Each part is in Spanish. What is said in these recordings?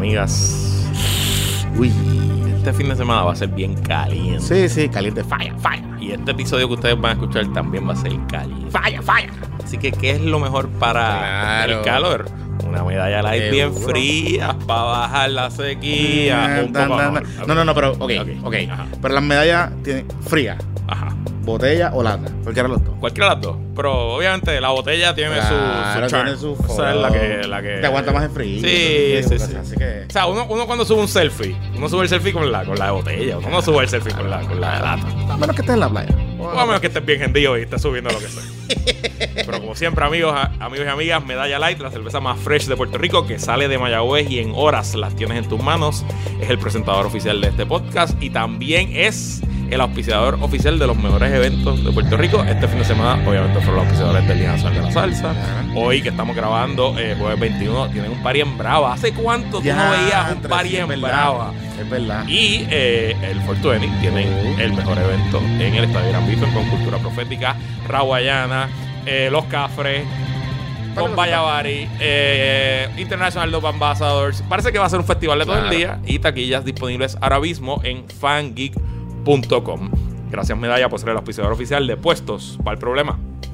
amigas. Uy, este fin de semana va a ser bien caliente. Sí, caliente, falla. Y este episodio que ustedes van a escuchar también va a ser caliente. Falla. Así que, ¿qué es lo mejor para el calor? Una medalla light bien fría para bajar la sequía. No, pero ok. Pero las medallas tienen fría. Ajá. ¿Botella o lata? Cualquiera de los dos. Cualquiera de las dos. Pero obviamente la botella tiene su charm. Tiene su Esa es la que te aguanta más el frío. Sí. Así que... O sea, uno cuando sube un selfie, uno sube el selfie con la botella. Uno no sube el selfie con la lata. A menos que estés en la playa. O a menos que estés bien hendido y estés subiendo lo que sea. Pero como siempre, amigos y amigas, Medalla Light, la cerveza más fresh de Puerto Rico, que sale de Mayagüez y en horas las tienes en tus manos. Es el presentador oficial de este podcast y también es el auspiciador oficial de los mejores eventos de Puerto Rico. Este fin de semana, obviamente, fueron los auspiciadores del Día Nacional de la Salsa. Hoy, que estamos grabando, jueves 21, tienen un party en Brava. ¿Hace cuánto tú no veías un party en Brava? Es verdad. Y el 420 tienen el mejor evento en el Estadio Gran Bife con Cultura Profética, Raguayana, Los Cafres, con Vallavari, International Dove Ambassadors. Parece que va a ser un festival de todo el día y taquillas disponibles ahora mismo en fangeek.com. Gracias, Medalla, por ser el auspiciador oficial de Puestos para el Problema.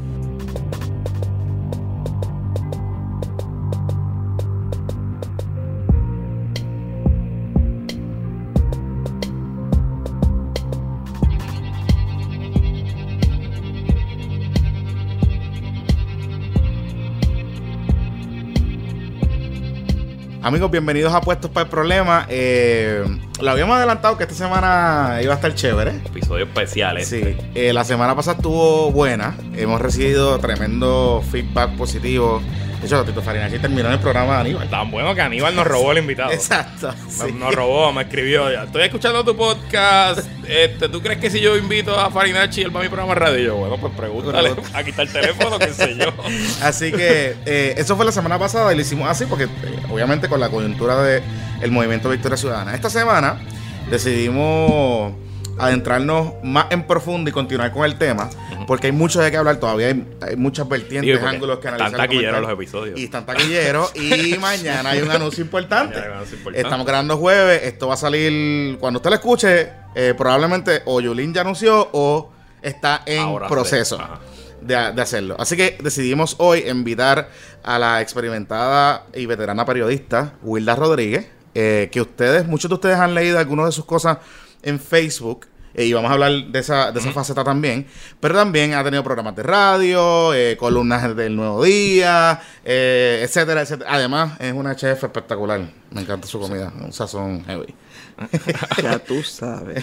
Amigos, bienvenidos a Puestos para el Problema. Lo habíamos adelantado que esta semana iba a estar chévere. Episodio especial. Sí, la semana pasada estuvo buena. Hemos recibido tremendo feedback positivo. De hecho, Tito Farinacci terminó en el programa de Aníbal. Tan bueno que Aníbal nos robó el invitado. Exacto. Sí. Nos robó, me escribió. Estoy escuchando tu podcast. ¿Tú crees que si yo invito a Farinacci, él va a mi programa de radio? Y yo, bueno, pues pregúntale. Aquí está el teléfono, qué sé yo. Así que eso fue la semana pasada y lo hicimos así porque, obviamente, con la coyuntura del movimiento Victoria Ciudadana. Esta semana decidimos adentrarnos más en profundo y continuar con el tema, porque hay mucho de qué hablar todavía, hay muchas vertientes, ángulos que analizar. Están taquilleros los episodios. Y están taquilleros. Y mañana hay un anuncio importante. Estamos grabando jueves, esto va a salir, cuando usted lo escuche, probablemente o Yulín ya anunció o está en ahora proceso de hacerlo. Así que decidimos hoy invitar a la experimentada y veterana periodista Wilda Rodríguez, que muchos de ustedes han leído algunas de sus cosas en Facebook, y vamos a hablar de esa faceta también, pero también ha tenido programas de radio, columnas del Nuevo Día, etcétera. Además es una chef espectacular, me encanta su comida, un sazón heavy. Ya tú sabes.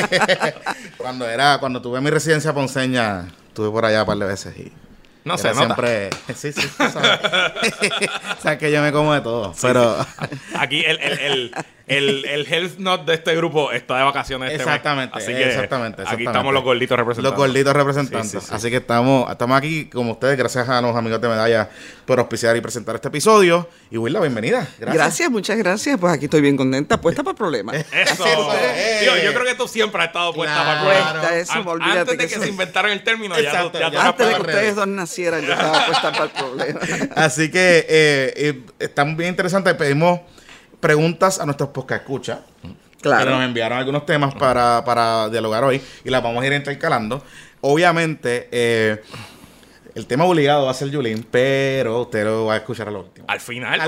Cuando tuve mi residencia ponceña, estuve por allá un par de veces y no sé, siempre. Sí, sabes. O sea, que yo me como de todo. Sí, pero aquí el health nut de este grupo está de vacaciones. Exactamente. Así que exactamente. Aquí estamos los gorditos representando. Los gorditos representando. Sí. Así que estamos aquí como ustedes, gracias a los amigos de Medalla por auspiciar y presentar este episodio. Y Wilda, bienvenida. Gracias, muchas gracias. Pues aquí estoy bien contenta, puesta para el problema. Eso. Tío, yo creo que tú siempre has estado puesta para el problema. Antes de que se inventaran el término, ya antes de que ustedes dos nacieran, yo estaba puesta para el problema. Así que están bien interesantes. Pedimos preguntas a nuestros podcast escucha. Claro. Que nos enviaron algunos temas para dialogar hoy y las vamos a ir intercalando. Obviamente, el tema obligado va a ser Yulín, pero usted lo va a escuchar a lo último. Al final.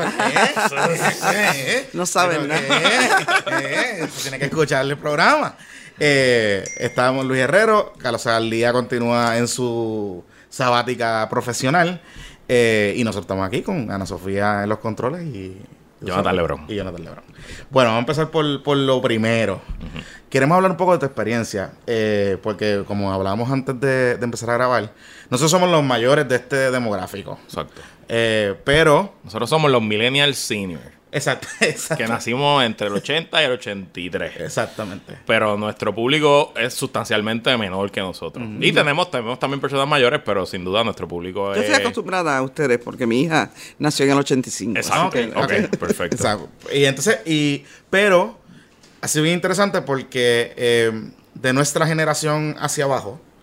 No saben nada. Tiene que escuchar el programa. Estábamos Luis Herrero, Carlos Aldía continúa en su sabática profesional. Y nosotros estamos aquí con Ana Sofía en los controles y Jonathan Lebrón. Bueno, vamos a empezar por lo primero. Queremos hablar un poco de tu experiencia, porque como hablábamos antes de empezar a grabar, nosotros somos los mayores de este demográfico. Exacto. Pero nosotros somos los millennials senior. Exacto. Que nacimos entre el 80 y el 83. Exactamente. Pero nuestro público es sustancialmente menor que nosotros. Y tenemos también personas mayores, pero sin duda nuestro público es... Yo estoy acostumbrada a ustedes porque mi hija nació en el 85. Exacto. Ok, perfecto. Exacto. Y entonces, pero ha sido bien interesante porque de nuestra generación hacia abajo,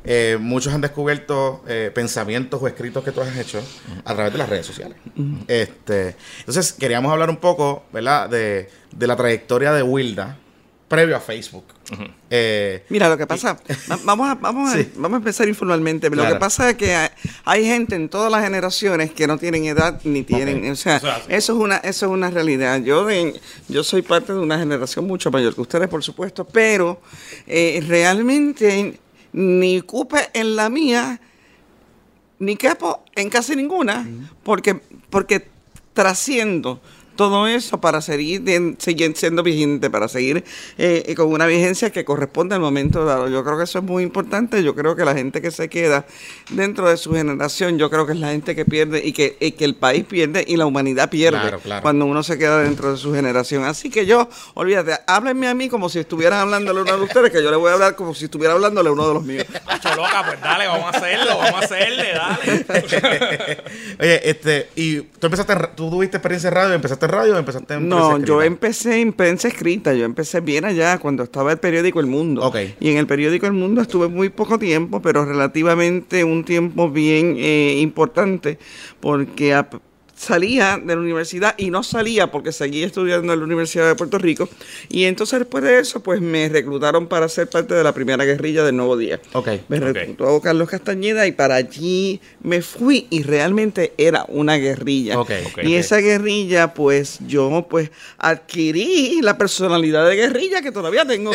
muchos han descubierto pensamientos o escritos que tú has hecho a través de las redes sociales. Entonces, queríamos hablar un poco, ¿verdad?, de la trayectoria de Wilda previo a Facebook. Mira, lo que pasa, vamos a empezar informalmente. Claro. Lo que pasa es que hay gente en todas las generaciones que no tienen edad ni tienen, o sea, eso es una realidad. Yo soy parte de una generación mucho mayor que ustedes, por supuesto, pero realmente ni cupe en la mía, ni quepo en casi ninguna, porque trasciendo todo eso para seguir siendo vigente, para seguir con una vigencia que corresponde al momento dado. Yo creo que eso es muy importante. Yo creo que la gente que se queda dentro de su generación, yo creo que es la gente que pierde y que el país pierde y la humanidad pierde cuando uno se queda dentro de su generación. Así que olvídate, háblenme a mí como si estuvieran hablándole a uno de ustedes, que yo le voy a hablar como si estuviera hablándole a uno de los míos. Macho loca, pues dale, vamos a hacerle, dale. Oye, y tú tuviste experiencia en radio, empezaste radio o empezaste en prensa escrita? Yo empecé en prensa escrita. Yo empecé bien allá cuando estaba el periódico El Mundo. Okay. Y en el periódico El Mundo estuve muy poco tiempo, pero relativamente un tiempo bien importante, porque salía de la universidad y no salía porque seguía estudiando en la Universidad de Puerto Rico, y entonces después de eso pues me reclutaron para ser parte de la primera guerrilla del Nuevo Día. Me reclutó Carlos Castañeda y para allí me fui y realmente era una guerrilla. Y esa guerrilla pues yo pues adquirí la personalidad de guerrilla que todavía tengo.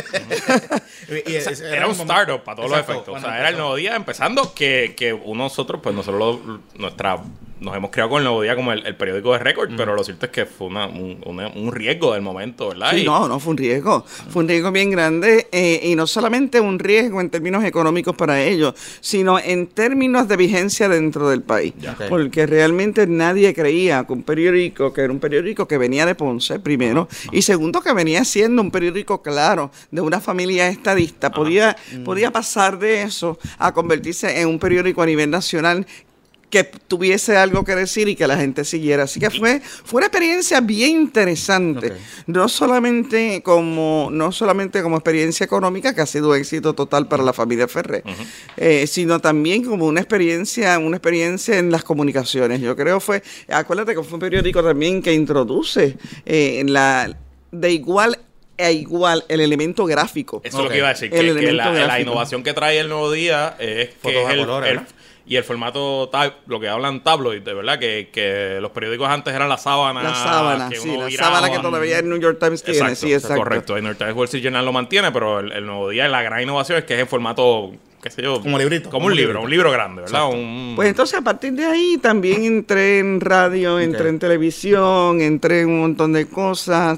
Era un startup para todos los efectos. O sea, era el Nuevo Día empezando que nosotros nos hemos creado con el Nuevo Día como el periódico de récord, pero lo cierto es que fue un riesgo del momento, ¿verdad? Sí, no fue un riesgo. Fue un riesgo bien grande, y no solamente un riesgo en términos económicos para ellos, sino en términos de vigencia dentro del país. Porque realmente nadie creía que un periódico, que era un periódico que venía de Ponce, primero, y segundo, que venía siendo un periódico, claro, de una familia estadista, podía pasar de eso a convertirse en un periódico a nivel nacional que tuviese algo que decir y que la gente siguiera. Así que fue una experiencia bien interesante. No solamente como experiencia económica, que ha sido un éxito total para la familia Ferré, sino también como una experiencia en las comunicaciones. Yo creo acuérdate que fue un periódico también que introduce de igual a igual el elemento gráfico. Eso es lo que iba a decir, que la innovación que trae el Nuevo Día es que y el formato lo que hablan tabloid, de verdad, que los periódicos antes eran la sábana. La sábana que todavía el New York Times tiene. Sí, exacto. Correcto, el New York Times Wall Street Journal lo mantiene, pero el Nuevo Día, la gran innovación es que es en formato, qué sé yo, como librito. Como un libro grande, ¿verdad? Pues entonces a partir de ahí también entré en radio, entré en televisión, entré en un montón de cosas,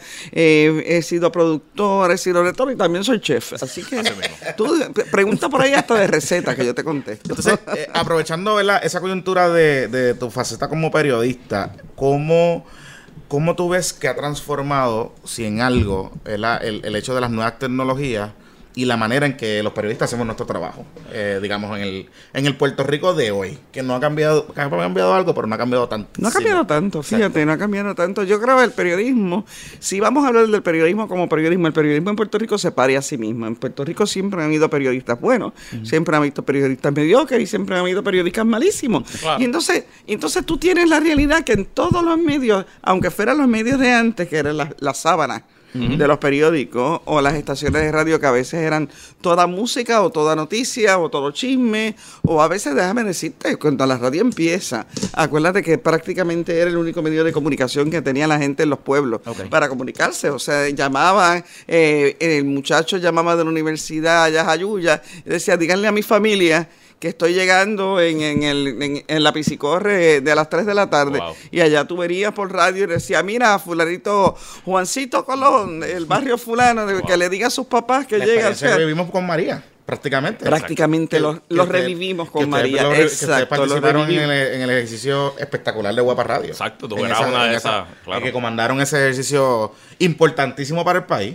he sido productor, he sido director y también soy chef. Así que tú pregunta por ahí hasta de recetas que yo te contesto. Entonces, aprovechando, ¿verdad?, esa coyuntura de tu faceta como periodista, ¿cómo tú ves que ha transformado, si en algo, el hecho de las nuevas tecnologías y la manera en que los periodistas hacemos nuestro trabajo, digamos, en el Puerto Rico de hoy, que no ha cambiado algo, pero no ha cambiado tanto. No ha cambiado tanto, fíjate, no ha cambiado tanto. Yo creo que el periodismo, si vamos a hablar del periodismo como periodismo, el periodismo en Puerto Rico se pare a sí mismo. En Puerto Rico siempre han habido periodistas buenos, siempre han habido periodistas mediocres y siempre han habido periodistas malísimos. Claro. Y entonces tú tienes la realidad que en todos los medios, aunque fueran los medios de antes, que eran las sábanas de los periódicos o las estaciones de radio, que a veces eran toda música o toda noticia o todo chisme, o a veces, déjame decirte, cuando la radio empieza, acuérdate que prácticamente era el único medio de comunicación que tenía la gente en los pueblos para comunicarse. O sea, llamaban, el muchacho llamaba de la universidad allá a Jayuya y decía, díganle a mi familia que estoy llegando en la Piscicorre de las 3 de la tarde. Wow. Y allá tú verías por radio y decía, mira, fulanito Juancito Colón, el barrio fulano, que le diga a sus papás que llega. Vivimos con María. Prácticamente los revivimos con María. Exacto. Que participaron en el ejercicio espectacular de Guapa Radio. Exacto, tú eras una de esas. Claro. Que comandaron ese ejercicio importantísimo para el país.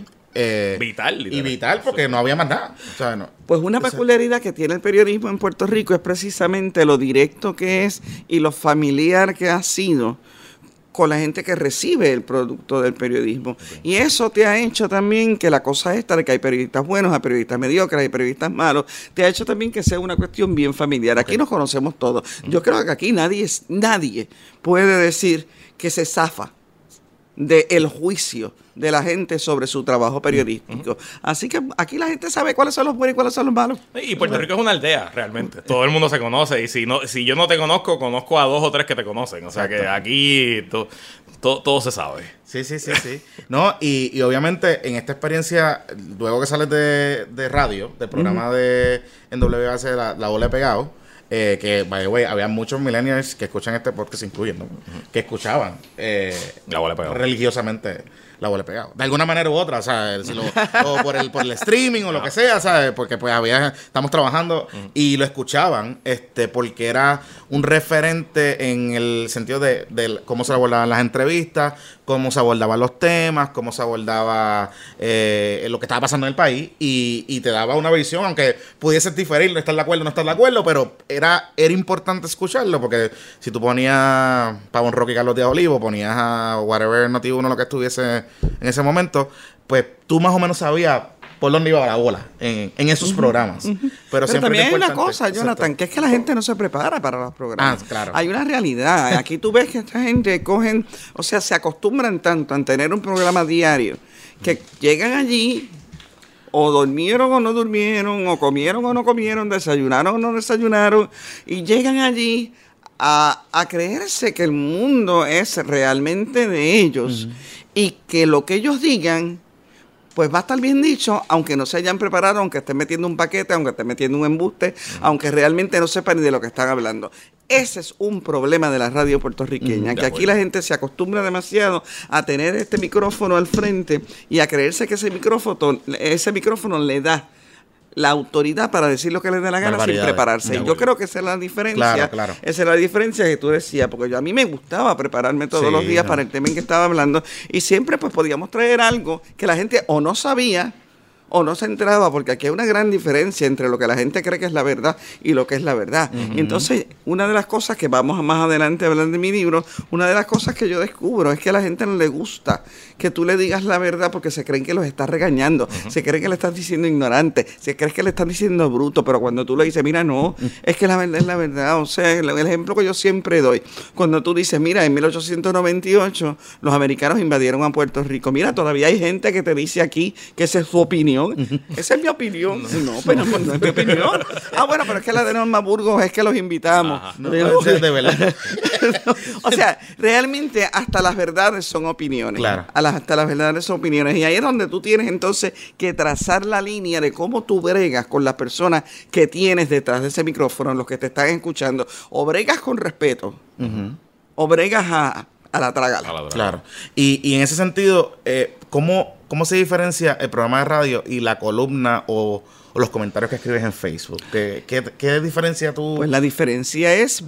Vital porque no había más nada. O sea, Pues una peculiaridad que tiene el periodismo en Puerto Rico es precisamente lo directo que es y lo familiar que ha sido con la gente que recibe el producto del periodismo. Okay. Y eso te ha hecho también que la cosa esta de que hay periodistas buenos, hay periodistas mediocres, hay periodistas malos, te ha hecho también que sea una cuestión bien familiar. Aquí nos conocemos todos. Yo creo que aquí nadie puede decir que se zafa del juicio de la gente sobre su trabajo periodístico. Así que aquí la gente sabe cuáles son los buenos y cuáles son los malos. Y Puerto Rico es una aldea, realmente. Todo el mundo se conoce. Y si yo no te conozco a 2 o 3 que te conocen. O sea que aquí todo se sabe. Sí. No, y obviamente en esta experiencia, luego que sales de radio, del programa en WBS, la Bola de Pegado, que, by the way, había muchos millennials que escuchan este podcast, incluyendo, que escuchaban La Bola de Pegado religiosamente La Bola de Pegado. De alguna manera u otra, ¿sabes? O por el streaming o lo que sea, ¿sabes? Porque pues estamos trabajando y lo escuchaban porque era un referente en el sentido de cómo se abordaban las entrevistas, cómo se abordaban los temas, cómo se abordaba lo que estaba pasando en el país y te daba una visión, aunque pudiese diferir, no estar de acuerdo, pero era importante escucharlo, porque si tú ponías Pavón Roque y Carlos Díaz Olivo, ponías a whatever Noti1 lo que estuviese en ese momento, pues tú más o menos sabías por dónde iba la bola en esos programas. Pero siempre también hay una cosa, Jonathan, que es que la gente no se prepara para los programas. Claro. Hay una realidad. Aquí tú ves que esta gente se acostumbran tanto a tener un programa diario, que llegan allí, o durmieron o no durmieron, o comieron o no comieron, desayunaron o no desayunaron, y llegan allí a creerse que el mundo es realmente de ellos, y que lo que ellos digan pues va a estar bien dicho, aunque no se hayan preparado, aunque estén metiendo un paquete, aunque estén metiendo un embuste, aunque realmente no sepan ni de lo que están hablando. Ese es un problema de la radio puertorriqueña, que aquí la gente se acostumbra demasiado a tener este micrófono al frente y a creerse que ese micrófono le da la autoridad para decir lo que le dé la gana sin prepararse. Y yo creo que esa es la diferencia. Claro. Esa es la diferencia que tú decías, porque a mí me gustaba prepararme todos los días para el tema en que estaba hablando, y siempre pues podíamos traer algo que la gente o no sabía o no se enteraba, porque aquí hay una gran diferencia entre lo que la gente cree que es la verdad y lo que es la verdad. Y entonces, una de las cosas que vamos más adelante a hablar de mi libro, una de las cosas que yo descubro es que a la gente no le gusta que tú le digas la verdad, porque se creen que los estás regañando, se creen que le estás diciendo ignorante, se creen que le estás diciendo bruto, pero cuando tú le dices, mira, no, es que la verdad es la verdad. O sea, el ejemplo que yo siempre doy, cuando tú dices, mira, en 1898 los americanos invadieron a Puerto Rico, mira, todavía hay gente que te dice aquí que esa es su opinión. Esa es mi opinión. No, pero no es mi opinión. Bueno, pero es que la de Norma Burgos es que los invitamos. De verdad. O sea, realmente hasta las verdades son opiniones. Claro. Hasta las verdades son opiniones. Y ahí es donde tú tienes entonces que trazar la línea de cómo tú bregas con las personas que tienes detrás de ese micrófono, los que te están escuchando. O bregas con respeto, o bregas a la trágala. Claro. Y en ese sentido, ¿cómo se diferencia el programa de radio y la columna o los comentarios que escribes en Facebook? ¿Qué diferencia tú? Pues la diferencia es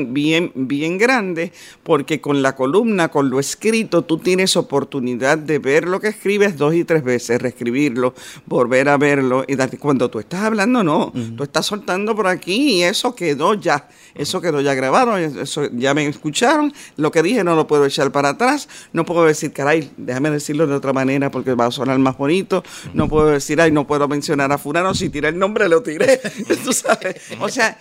bien grande, porque con la columna, con lo escrito, tú tienes oportunidad de ver lo que escribes 2 y 3 veces, reescribirlo, volver a verlo, y cuando tú estás hablando, no, tú estás soltando por aquí y eso quedó ya grabado, eso ya me escucharon, lo que dije no lo puedo echar para atrás, no puedo decir, caray, déjame decirlo de otra manera porque va a sonar más bonito, no puedo decir, no puedo mencionar a fulano, si tiré el nombre lo tiré, tú sabes, o sea,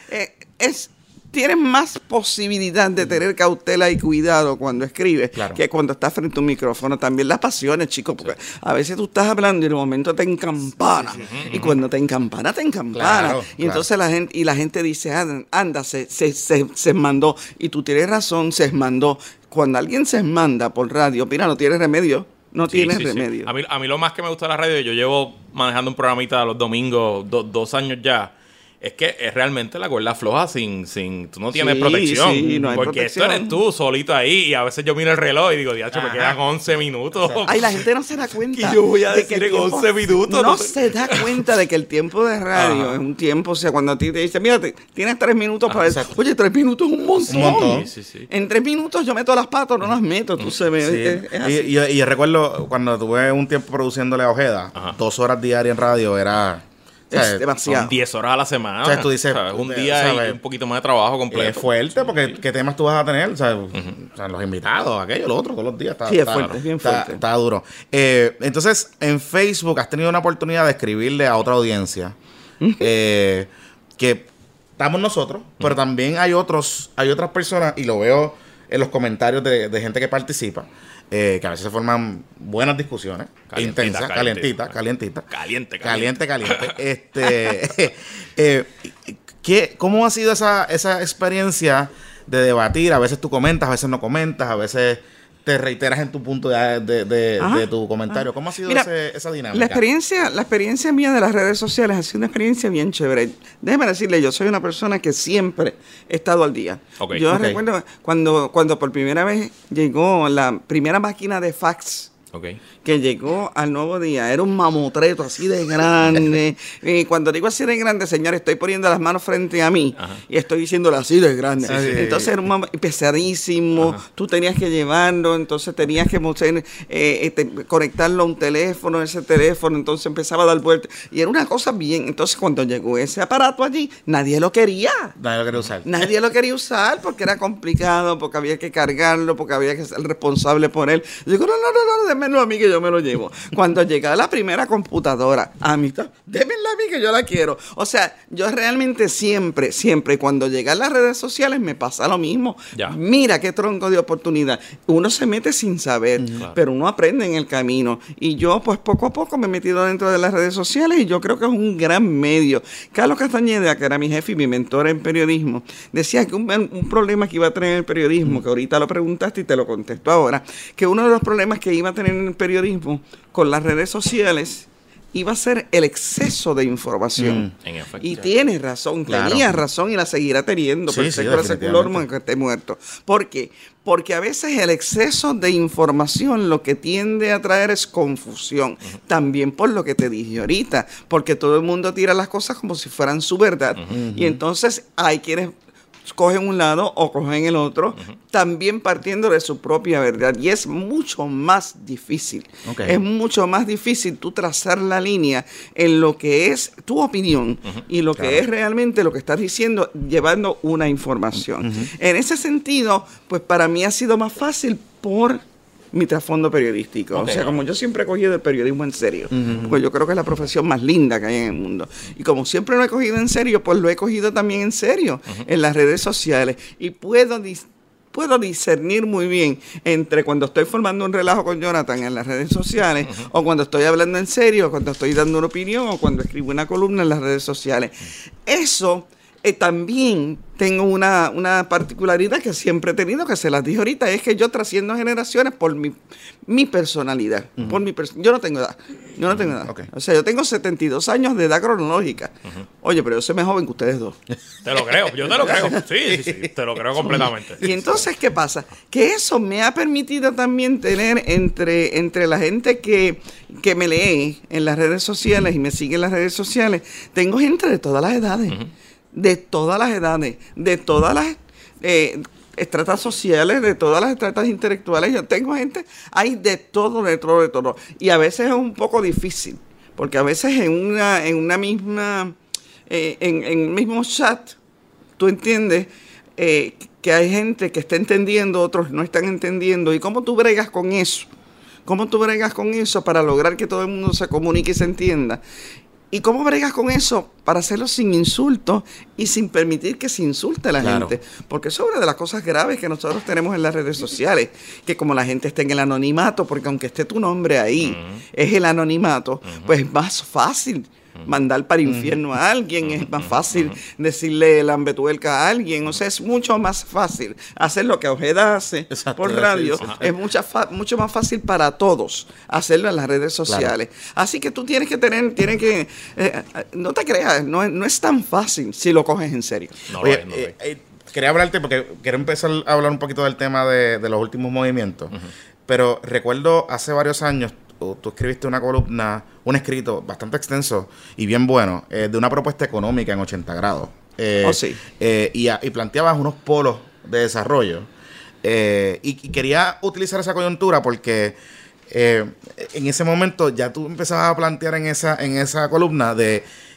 tienes más posibilidad de tener cautela y cuidado cuando escribes que cuando estás frente a un micrófono. También las pasiones, chicos, porque a veces tú estás hablando y en el momento te encampana. Y cuando te encampana. Y entonces la gente dice, anda, se mandó. Y tú tienes razón, se mandó. Cuando alguien se manda por radio, mira, no tiene remedio. No tienes remedio. A mí lo más que me gusta de la radio, yo llevo manejando un programita los domingos 2 años ya, es que es realmente la cuerda floja sin tú no tienes protección. Sí, no hay porque protección. Esto eres tú solito ahí y a veces yo miro el reloj y digo, diacho, me quedan 11 minutos. Ay, la gente no se da cuenta. ¿Qué yo voy a decir en 11 minutos? No se da cuenta de que el tiempo de radio es un tiempo, o sea, cuando a ti te dicen, mira, tienes 3 minutos para eso. Oye, 3 minutos es un montón. Sí. En 3 minutos yo meto las patas, no las meto, tú sabes. Es así. Y recuerdo cuando tuve un tiempo produciéndole a Ojeda, 2 horas diarias en radio era... Es demasiado. Son 10 horas a la semana. O sea, tú dices, un día y un poquito más de trabajo completo. Es fuerte porque ¿qué temas tú vas a tener? O sea, los invitados, aquello, lo otro, todos los días. Es fuerte, es bien fuerte. Está duro. Entonces, en Facebook has tenido una oportunidad de escribirle a otra audiencia que estamos nosotros, pero también hay otras personas, y lo veo en los comentarios de gente que participa, que a veces se forman buenas discusiones, intensas, calientitas. Caliente. ¿Cómo ha sido esa experiencia de debatir? A veces tú comentas, a veces no comentas, a veces te reiteras en tu punto de tu comentario. ¿Cómo ha sido esa dinámica? La experiencia mía de las redes sociales ha sido una experiencia bien chévere. Déjeme decirle, yo soy una persona que siempre he estado al día. Yo recuerdo cuando por primera vez llegó la primera máquina de fax. Que llegó al Nuevo Día, era un mamotreto así de grande. Y cuando digo así de grande, señores, estoy poniendo las manos frente a mí y estoy diciéndolo así de grande. Sí. Entonces era un pesadísimo. Tú tenías que llevarlo, entonces tenías que conectarlo a un teléfono, ese teléfono, entonces empezaba a dar vueltas. Y era una cosa bien. Entonces cuando llegó ese aparato allí, nadie lo quería. Nadie lo quería usar porque era complicado, porque había que cargarlo, porque había que ser responsable por él. Yo digo, no, démenlo a mí que yo me lo llevo. Cuando llega la primera computadora, démenla a mí que yo la quiero. O sea, yo realmente siempre, cuando llegan las redes sociales me pasa lo mismo. Mira qué tronco de oportunidad. Uno se mete sin saber, pero uno aprende en el camino. Y yo, pues poco a poco me he metido dentro de las redes sociales y yo creo que es un gran medio. Carlos Castañeda, que era mi jefe y mi mentor en periodismo, decía que un problema que iba a tener el periodismo, que ahorita lo preguntaste y te lo contesto ahora, que uno de los problemas que iba a tener en el periodismo con las redes sociales iba a ser el exceso de información. En efecto, y tiene razón, tenía razón y la seguirá teniendo. Perfecto, secular que esté muerto. ¿Por qué? Porque a veces el exceso de información lo que tiende a traer es confusión. También por lo que te dije ahorita, porque todo el mundo tira las cosas como si fueran su verdad. Y entonces hay quienes cogen un lado o cogen el otro, también partiendo de su propia verdad. Y es mucho más difícil. Es mucho más difícil tú trazar la línea en lo que es tu opinión y lo que es realmente lo que estás diciendo, llevando una información. En ese sentido, pues para mí ha sido más fácil por mi trasfondo periodístico. O sea, como yo siempre he cogido el periodismo en serio, porque yo creo que es la profesión más linda que hay en el mundo. Y como siempre lo he cogido en serio, pues lo he cogido también en serio en las redes sociales. Y puedo discernir muy bien entre cuando estoy formando un relajo con Jonathan en las redes sociales o cuando estoy hablando en serio, o cuando estoy dando una opinión o cuando escribo una columna en las redes sociales. Eso también tengo una particularidad que siempre he tenido, que se las dije ahorita, es que yo trasciendo generaciones por mi personalidad. Yo no tengo edad. O sea, yo tengo 72 años de edad cronológica. Oye, pero yo soy más joven que ustedes dos. Te lo creo, yo te lo creo. Sí, te lo creo completamente. Y entonces, ¿qué pasa? Que eso me ha permitido también tener entre la gente que me lee en las redes sociales y me sigue en las redes sociales, tengo gente de todas las edades. De todas las edades, de todas las estratas sociales, de todas las estratas intelectuales. Yo tengo gente, hay de todo. Y a veces es un poco difícil, porque a veces en un mismo chat, tú entiendes que hay gente que está entendiendo, otros no están entendiendo. ¿Y cómo tú bregas con eso? ¿Cómo tú bregas con eso para lograr que todo el mundo se comunique y se entienda? ¿Y cómo bregas con eso para hacerlo sin insultos y sin permitir que se insulte a la gente? Porque eso es una de las cosas graves que nosotros tenemos en las redes sociales, que como la gente está en el anonimato, porque aunque esté tu nombre ahí, es el anonimato, pues es más fácil mandar para infierno a alguien, es más fácil decirle lambetuelca a alguien, o sea, es mucho más fácil hacer lo que Ojeda hace por radio, es mucho más fácil para todos hacerlo en las redes sociales. Así que tú tienes que no te creas, no es tan fácil si lo coges en serio. Quería hablarte porque quiero empezar a hablar un poquito del tema de los últimos movimientos, pero recuerdo hace varios años tú escribiste una columna, un escrito bastante extenso y bien bueno, de una propuesta económica en 80 grados. Y planteabas unos polos de desarrollo. Y quería utilizar esa coyuntura porque en ese momento ya tú empezabas a plantear en esa columna de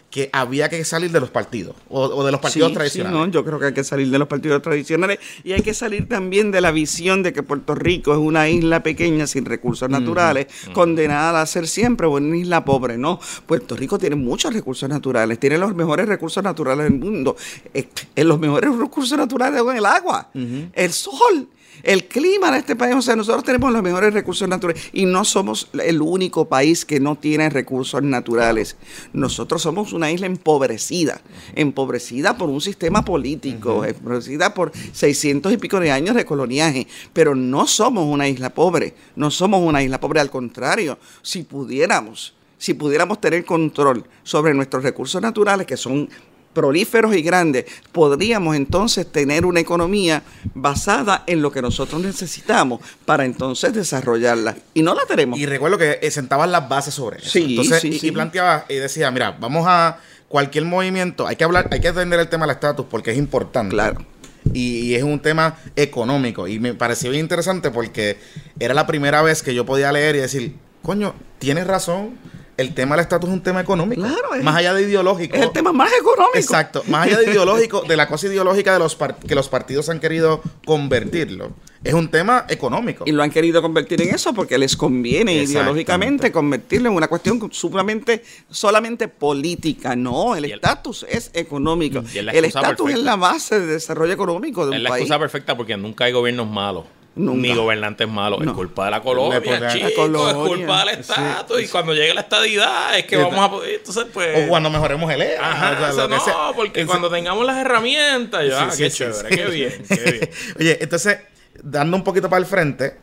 que había que salir de los partidos o de los partidos tradicionales. Sí, no, yo creo que hay que salir de los partidos tradicionales y hay que salir también de la visión de que Puerto Rico es una isla pequeña sin recursos naturales, condenada a ser siempre una isla pobre. No, Puerto Rico tiene muchos recursos naturales, tiene los mejores recursos naturales del mundo. Los mejores recursos naturales son el agua, el sol, el clima de este país. O sea, nosotros tenemos los mejores recursos naturales y no somos el único país que no tiene recursos naturales. Nosotros somos una isla empobrecida por un sistema político, empobrecida por 600 y pico de años de coloniaje, pero no somos una isla pobre, al contrario, si pudiéramos tener control sobre nuestros recursos naturales, que son prolíferos y grandes, podríamos entonces tener una economía basada en lo que nosotros necesitamos para entonces desarrollarla. Y no la tenemos. Y recuerdo que sentaban las bases sobre eso. Sí, entonces, y planteaba y decía, mira, vamos a cualquier movimiento, hay que atender el tema del estatus porque es importante. Claro. Y es un tema económico. Y me pareció bien interesante porque era la primera vez que yo podía leer y decir, coño, tienes razón. El tema del estatus es un tema económico. Claro, más allá de ideológico. Es el tema más económico. Exacto. Más allá de ideológico, de la cosa ideológica de que los partidos han querido convertirlo. Es un tema económico. Y lo han querido convertir en eso porque les conviene ideológicamente convertirlo en una cuestión solamente política. No, el estatus es económico. El estatus es la base de desarrollo económico de un país. Es la excusa perfecta porque nunca hay gobiernos malos. Nunca. Ni gobernantes malos, es culpa de la colonia, chicos, es culpa del estatus, y cuando llegue la estadidad es que vamos a poder, entonces pues... O cuando mejoremos el EA. Ajá, porque cuando tengamos las herramientas, qué chévere, qué bien. Oye, entonces, dando un poquito para el frente,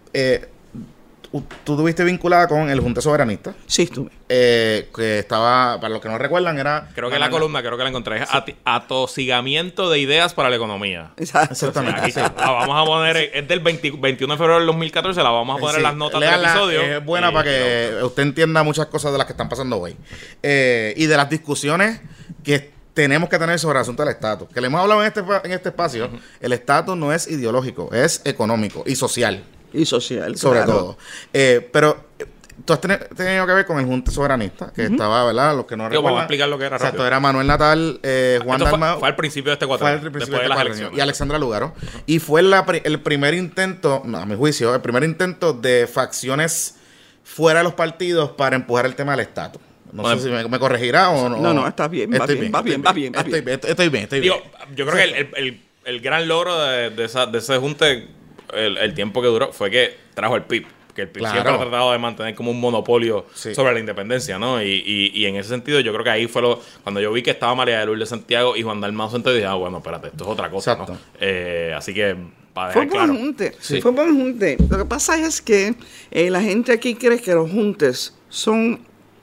tú estuviste vinculada con el Junte Soberanista. Sí, estuve. Que estaba, para los que no recuerdan, era... Creo que la encontré. Es atosigamiento de ideas para la economía. Exactamente. O sea, la vamos a poner, es del 21 de febrero del 2014, la vamos a poner en las notas del episodio. Es buena para que usted entienda muchas cosas de las que están pasando hoy. Y de las discusiones que tenemos que tener sobre el asunto del estatus. Que le hemos hablado en este espacio. El estatus no es ideológico, es económico y social. Y social, sobre todo. Pero tú has tenido que ver con el Junte Soberanista, que estaba, ¿verdad? Los que no recuerdan. Vamos a explicar lo que era. Exacto, rápido. Era Manuel Natal, Juan Dalmau. Fue al principio de este cuatrenio. Después de las elecciones. Y Alexandra Lúgaro. Y fue el primer intento, a mi juicio, de facciones fuera de los partidos para empujar el tema del estatus. No sé si me corregirá o no. No, está bien, va bien. Estoy bien. Digo, yo creo que el gran logro de ese junte, el tiempo que duró, fue que trajo el PIB. Que el PIB siempre ha tratado de mantener como un monopolio sobre la independencia, ¿no? Y en ese sentido, yo creo que ahí fue cuando yo vi que estaba María de Lourdes Santiago y Juan Dalmau Santos, dije, bueno, espérate, esto es otra cosa, ¿no? Así que, para dejar claro. Fue un buen junte. Lo que pasa es que la gente aquí cree que los juntes son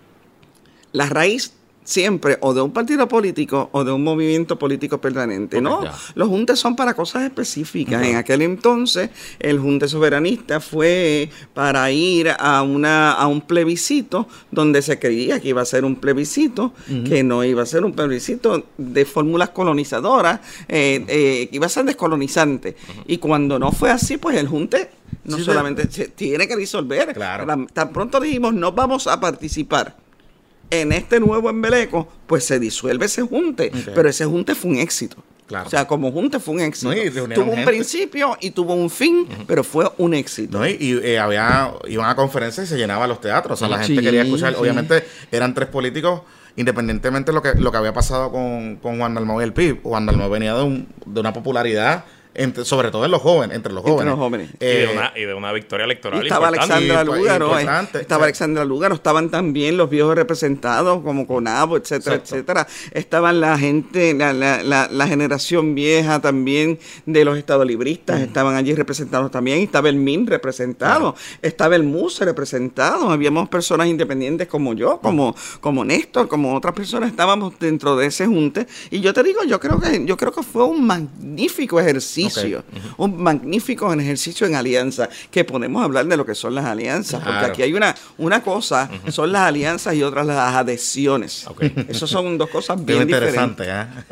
la raíz siempre o de un partido político o de un movimiento político permanente. Okay, no, los juntes son para cosas específicas. En aquel entonces el Junte Soberanista fue para ir a un plebiscito donde se creía que iba a ser un plebiscito, que no iba a ser un plebiscito de fórmulas colonizadoras, que iba a ser descolonizante. Y cuando no fue así, pues el Junte no solamente se tiene que disolver. Claro. Tan pronto dijimos, no vamos a participar en este nuevo embeleco, pues se disuelve ese junte. Okay. Pero ese junte fue un éxito. Claro. O sea, como junte fue un éxito. No, tuvo un principio y tuvo un fin, pero fue un éxito. No, iban a conferencias y se llenaban los teatros. O sea, la gente quería escuchar. Obviamente, eran tres políticos, independientemente de lo que había pasado con Juan Dalmau y el PIB. Juan Dalmau venía de una popularidad, sobre todo entre los jóvenes. Y de una victoria electoral estaba Alexandra Lúgaro, Alexandra Lúgaro, estaban también los viejos representados como Conabo, etcétera. Estaban la gente, la generación vieja también de los estadolibristas, estaban allí representados también, estaba el MIN representado, estaba el MUSE representado, habíamos personas independientes como yo, como Néstor, como otras personas, estábamos dentro de ese junte, y yo te digo, yo creo que fue un magnífico ejercicio ejercicio, un magnífico ejercicio en alianza, que podemos hablar de lo que son las alianzas, porque aquí hay una cosa, son las alianzas y otras las adhesiones. Esas son dos cosas bien diferentes.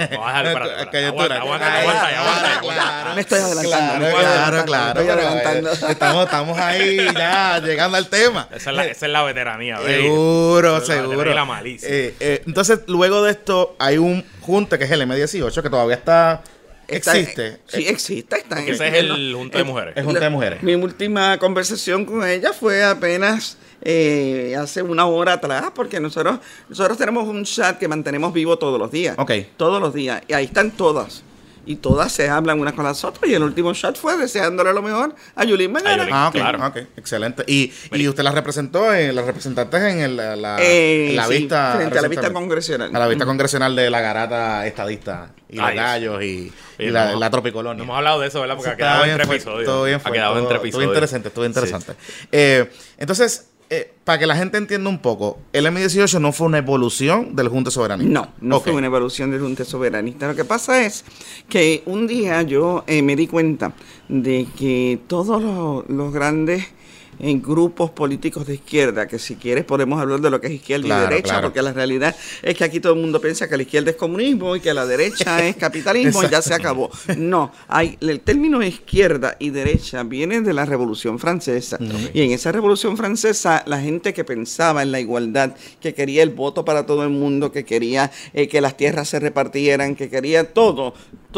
Aguanta. Me estoy adelantando. Claro. Estamos ahí ya llegando al tema. Esa es la veteranía. Seguro. La malicia. Entonces, luego de esto, hay un junte que es el M18, que todavía existe. Sí, existe. Ese es el junte de mujeres. El junte de mujeres. Mi última conversación con ella fue apenas hace una hora atrás, porque nosotros tenemos un chat que mantenemos vivo todos los días. Todos los días. Y ahí están todas. Y todas se hablan unas con las otras. Y el último chat fue deseándole lo mejor a Yulín Mañana. Claro. Excelente. Y usted la representó, las representantes en la vista. Frente a la vista congresional. A la vista congresional de la garata estadista. Y los gallos y la tropicolonia. No hemos hablado de eso, ¿verdad? Porque ha quedado entre episodios. Todo bien fue. Estuvo interesante. Entonces, para que la gente entienda un poco, el M18 no fue una evolución del Junte Soberanista. No fue una evolución del Junte Soberanista. Lo que pasa es que un día yo me di cuenta de que todos los grandes en grupos políticos de izquierda, que si quieres podemos hablar de lo que es izquierda y derecha, porque la realidad es que aquí todo el mundo piensa que la izquierda es comunismo y que la derecha es capitalismo y ya se acabó. No, el término izquierda y derecha viene de la Revolución Francesa. Y en esa Revolución Francesa, la gente que pensaba en la igualdad, que quería el voto para todo el mundo, que quería que las tierras se repartieran, que quería todo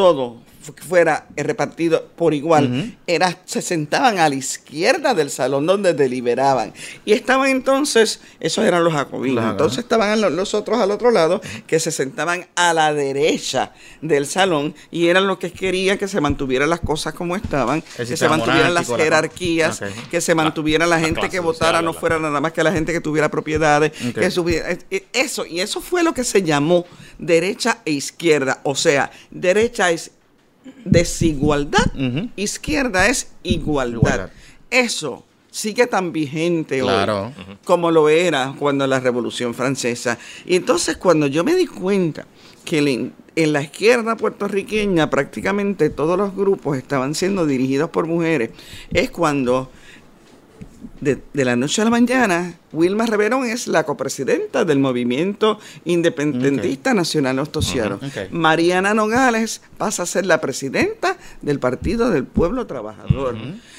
fuera repartido por igual, se sentaban a la izquierda del salón donde deliberaban. Y estaban entonces, esos eran los jacobinos, entonces estaban los otros al otro lado, que se sentaban a la derecha del salón, y eran los que querían que se mantuvieran las cosas como estaban, que se mantuvieran las jerarquías, que se mantuviera la gente que votara, no fuera nada más que la gente que tuviera propiedades, que subiera, eso fue lo que se llamó derecha e izquierda. O sea, derecha es desigualdad, izquierda es igualdad. Eso sigue tan vigente hoy como lo era cuando la Revolución Francesa. Y entonces cuando yo me di cuenta que en la izquierda puertorriqueña prácticamente todos los grupos estaban siendo dirigidos por mujeres, es cuando de la noche a la mañana, Wilma Reverón es la copresidenta del Movimiento Independentista Nacional Ostosiano. Mariana Nogales pasa a ser la presidenta del Partido del Pueblo Trabajador.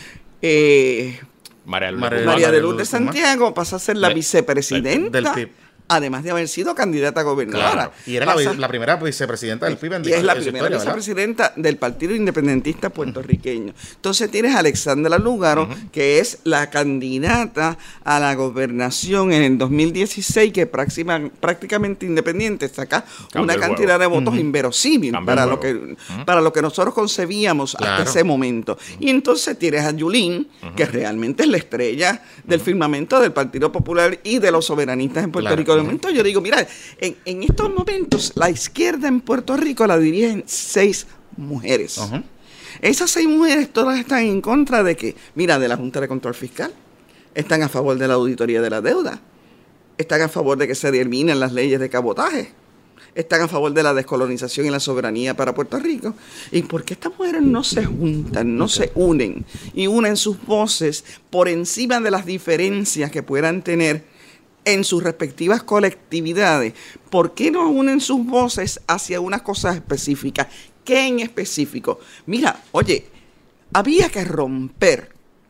María de Lourdes Santiago pasa a ser la vicepresidenta del PIB, además de haber sido candidata a gobernadora. Y era la primera vicepresidenta del PIB. Y es la primera vicepresidenta del Partido Independentista Puertorriqueño. Entonces tienes a Alexandra Lúgaro, que es la candidata a la gobernación en el 2016, que prácticamente independiente saca una cantidad de votos inverosímil para lo que nosotros concebíamos hasta ese momento. Y entonces tienes a Yulín, que realmente es la estrella del firmamento del Partido Popular y de los soberanistas en Puerto Rico. Momento yo digo, mira, en estos momentos la izquierda en Puerto Rico la dirigen 6 mujeres. Esas 6 mujeres todas están en contra de que, mira, de la Junta de Control Fiscal, están a favor de la auditoría de la deuda, están a favor de que se eliminen las leyes de cabotaje, están a favor de la descolonización y la soberanía para Puerto Rico. ¿Y por qué estas mujeres no se juntan, no se unen y unen sus voces por encima de las diferencias que puedan tener en sus respectivas colectividades? ¿Por qué no unen sus voces hacia unas cosas específicas? ¿Qué en específico? Mira, oye, había que romper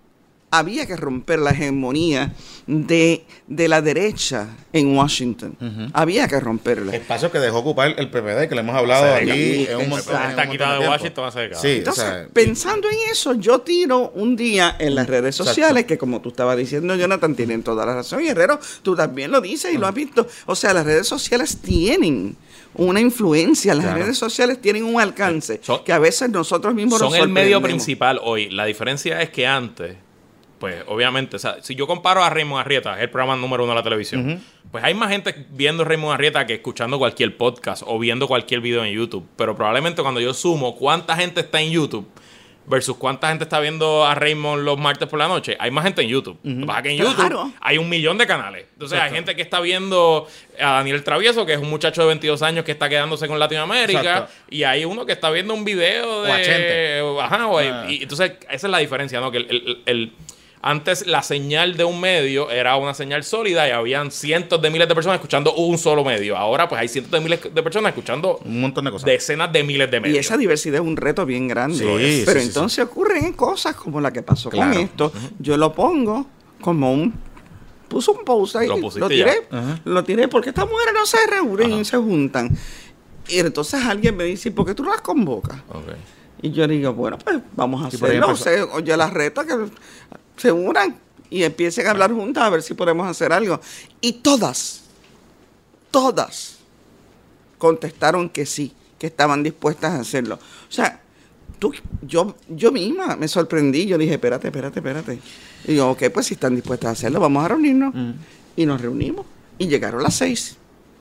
la hegemonía de la derecha en Washington. Había que romperla. Espacio que dejó ocupar el PPD, que le hemos hablado aquí. Está quitado de Washington hace décadas. Sí, entonces, pensando en eso, yo tiro un día en las redes sociales, que como tú estabas diciendo, Jonathan, tienen toda la razón. Y Herrero, tú también lo dices y lo has visto. O sea, las redes sociales tienen una influencia, las redes sociales tienen un alcance que a veces nosotros mismos son el medio principal hoy. La diferencia es que antes, pues obviamente, o sea, si yo comparo a Raymond Arrieta, el programa número 1 de la televisión, pues hay más gente viendo Raymond Arrieta que escuchando cualquier podcast o viendo cualquier video en YouTube. Pero probablemente cuando yo sumo cuánta gente está en YouTube, versus cuánta gente está viendo a Raymond los martes por la noche. Hay más gente en YouTube. Lo que pasa es que en YouTube hay 1 millón de canales. Entonces hay gente que está viendo a Daniel Travieso, que es un muchacho de 22 años que está quedándose con Latinoamérica, y hay uno que está viendo un video de... y entonces esa es la diferencia, ¿no? Que antes la señal de un medio era una señal sólida y habían cientos de miles de personas escuchando un solo medio. Ahora pues hay cientos de miles de personas escuchando un montón de cosas. Decenas de miles de medios. Y esa diversidad es un reto bien grande. Pero entonces ocurren cosas como la que pasó con esto. Yo lo pongo como puso un post ahí, lo tiré porque estas mujeres no se reúnen y se juntan. Y entonces alguien me dice, ¿por qué tú no las convocas? Y yo digo, bueno, pues vamos a hacerlo. Yo las reto a que se unan y empiecen a hablar juntas a ver si podemos hacer algo. Y todas contestaron que sí, que estaban dispuestas a hacerlo. O sea, yo misma me sorprendí. Yo dije, espérate. Y digo, ok, pues si están dispuestas a hacerlo, vamos a reunirnos. Y nos reunimos. Y llegaron las 6.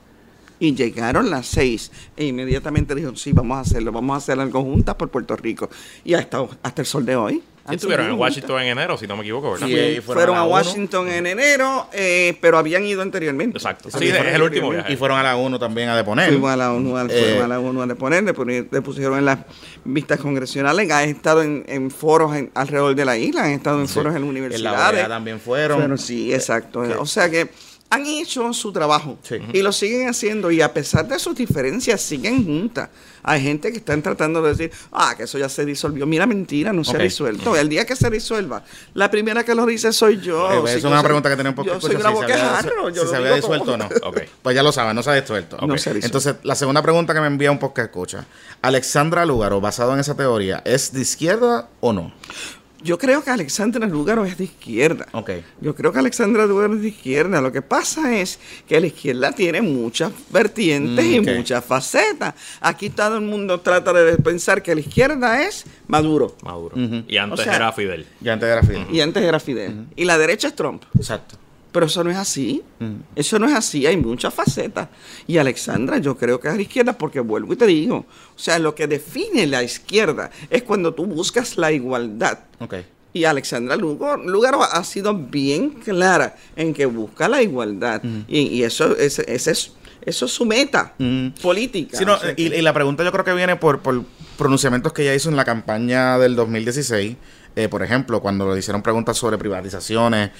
E inmediatamente dijeron, sí, vamos a hacerlo. Vamos a hacer algo juntas por Puerto Rico. Y hasta el sol de hoy. Estuvieron en Washington en enero, si no me equivoco, ¿verdad? Sí, fueron a Washington en enero, pero habían ido anteriormente. Exacto. Sí, es el último viaje. Y fueron a la ONU también a deponer. Fueron a la ONU a deponer, le pusieron en las vistas congresionales, han estado en foros alrededor de la isla, han estado en foros en universidades. En la OEA también fueron. Pero sí, exacto. O sea que han hecho su trabajo y lo siguen haciendo, y a pesar de sus diferencias siguen juntas. Hay gente que están tratando de decir, que eso ya se disolvió. Mira, mentira, no se ha disuelto. El día que se disuelva, la primera que lo dice soy yo. Es una pregunta que tenemos yo soy una boquejarro. Si se había disuelto o no. Pues ya lo saben, no se ha disuelto. No se ha disuelto. Entonces, la segunda pregunta que me envía un podcast escucha. Alexandra Lúgaro, basado en esa teoría, ¿es de izquierda o no? Yo creo que Alexandra Lúgaro es de izquierda. Yo creo que Alexandra Lúgaro es de izquierda. Lo que pasa es que la izquierda tiene muchas vertientes y muchas facetas. Aquí todo el mundo trata de pensar que la izquierda es Maduro. Y antes era Fidel. Y antes era Fidel. Y la derecha es Trump. Exacto. Pero eso no es así. Eso no es así. Hay muchas facetas. Y Alexandra, yo creo que es a la izquierda porque vuelvo y te digo. O sea, lo que define la izquierda es cuando tú buscas la igualdad. Y Alexandra Lúgaro ha sido bien clara en que busca la igualdad. Y eso es su meta política. Sí, no, y la pregunta yo creo que viene por pronunciamientos que ella hizo en la campaña del 2016. Por ejemplo, cuando le hicieron preguntas sobre privatizaciones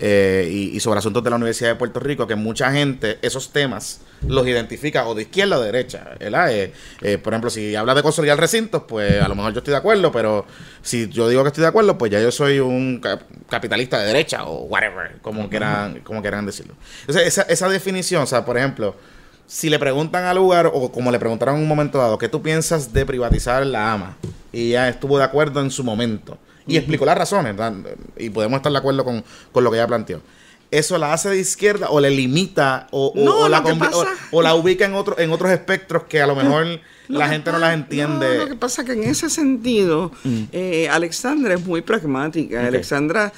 y sobre asuntos de la Universidad de Puerto Rico, que mucha gente esos temas los identifica o de izquierda o de derecha, ¿verdad? Por ejemplo, si habla de consolidar recintos, pues a lo mejor yo estoy de acuerdo, pero si yo digo que estoy de acuerdo, pues ya yo soy un capitalista de derecha o whatever, como quieran decirlo. Entonces, esa definición, o sea, por ejemplo, si le preguntan al lugar, o como le preguntaron en un momento dado, ¿qué tú piensas de privatizar la AMA? Y ella estuvo de acuerdo en su momento. Y explicó las razones, ¿verdad? Y podemos estar de acuerdo con lo que ella planteó. ¿Eso la hace de izquierda o le limita o la ubica en otros espectros que a lo mejor la gente no las entiende? Lo que pasa es que en ese sentido, Alexandra es muy pragmática. Alexandra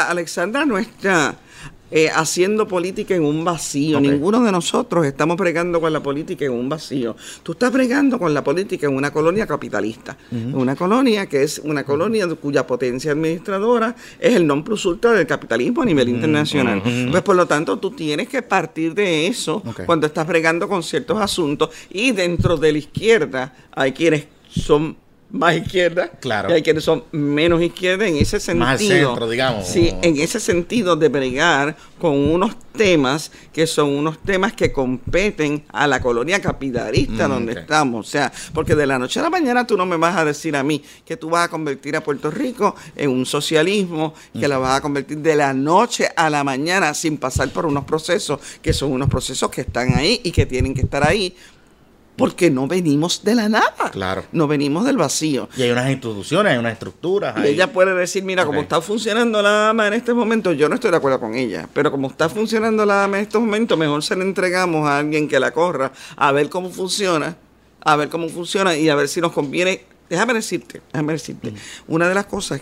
no está haciendo política en un vacío. Ninguno de nosotros estamos bregando con la política en un vacío. Tú estás bregando con la política en una colonia capitalista. Una colonia que es una colonia cuya potencia administradora es el non plus ultra del capitalismo a nivel internacional. Pues por lo tanto tú tienes que partir de eso cuando estás bregando con ciertos asuntos. Y dentro de la izquierda hay quienes son más izquierda, y hay quienes son menos izquierda en ese sentido. Más al centro, digamos. Sí, en ese sentido de bregar con unos temas que son unos temas que competen a la colonia capitalista donde estamos. O sea, porque de la noche a la mañana tú no me vas a decir a mí que tú vas a convertir a Puerto Rico en un socialismo, que la vas a convertir de la noche a la mañana sin pasar por unos procesos que son unos procesos que están ahí y que tienen que estar ahí. Porque no venimos de la nada. Claro. No venimos del vacío. Y hay unas instituciones, hay unas estructuras. Y ella puede decir, mira, como está funcionando la AMA en este momento, yo no estoy de acuerdo con ella. Pero como está funcionando la AMA en estos momentos, mejor se la entregamos a alguien que la corra, a ver cómo funciona, y a ver si nos conviene. Déjame decirte. Una de las cosas que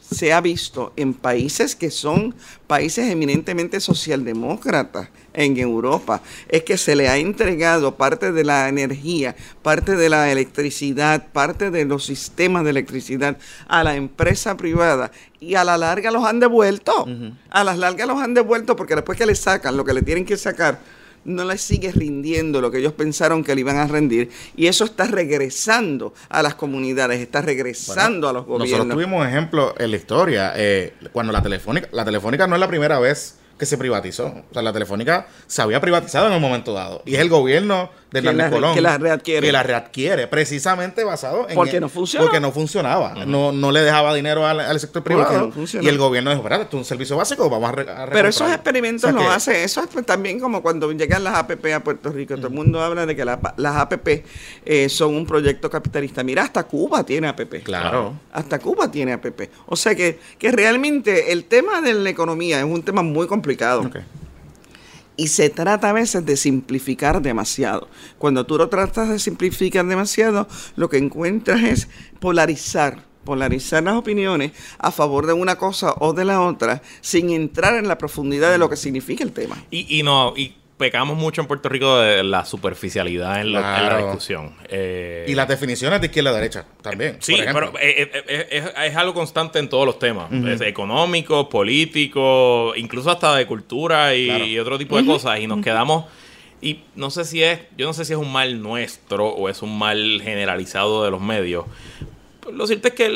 se ha visto en países que son países eminentemente socialdemócratas en Europa, es que se le ha entregado parte de la energía, parte de la electricidad, parte de los sistemas de electricidad a la empresa privada y a la larga los han devuelto. A la larga los han devuelto porque después que le sacan lo que le tienen que sacar, no les sigue rindiendo lo que ellos pensaron que le iban a rendir, y eso está regresando a las comunidades, está regresando a los gobiernos. Nosotros tuvimos ejemplos en la historia, cuando la Telefónica no es la primera vez que se privatizó. O sea, la Telefónica se había privatizado en un momento dado. Y es el gobierno de Hernández Colón que la readquiere. Precisamente basado en... Porque no funcionaba. Porque no funcionaba. No le dejaba dinero al sector privado. No, y el gobierno dijo, espérate, esto es un servicio básico, vamos a pero esos experimentos los hace. Eso es también como cuando llegan las APP a Puerto Rico. Todo el mundo habla de que las APP son un proyecto capitalista. Mira, hasta Cuba tiene APP. Claro. Hasta Cuba tiene APP. O sea que realmente el tema de la economía es un tema muy complicado. Okay. Y se trata a veces de simplificar demasiado. Cuando tú lo tratas de simplificar demasiado, lo que encuentras es polarizar las opiniones a favor de una cosa o de la otra, sin entrar en la profundidad de lo que significa el tema. Y pecamos mucho en Puerto Rico de la superficialidad en la discusión. Y las definiciones de izquierda y derecha también. Sí, pero es algo constante en todos los temas. Es económico, político, incluso hasta de cultura y otro tipo de cosas. Y nos quedamos... Y yo no sé si es un mal nuestro o es un mal generalizado de los medios. Lo cierto es que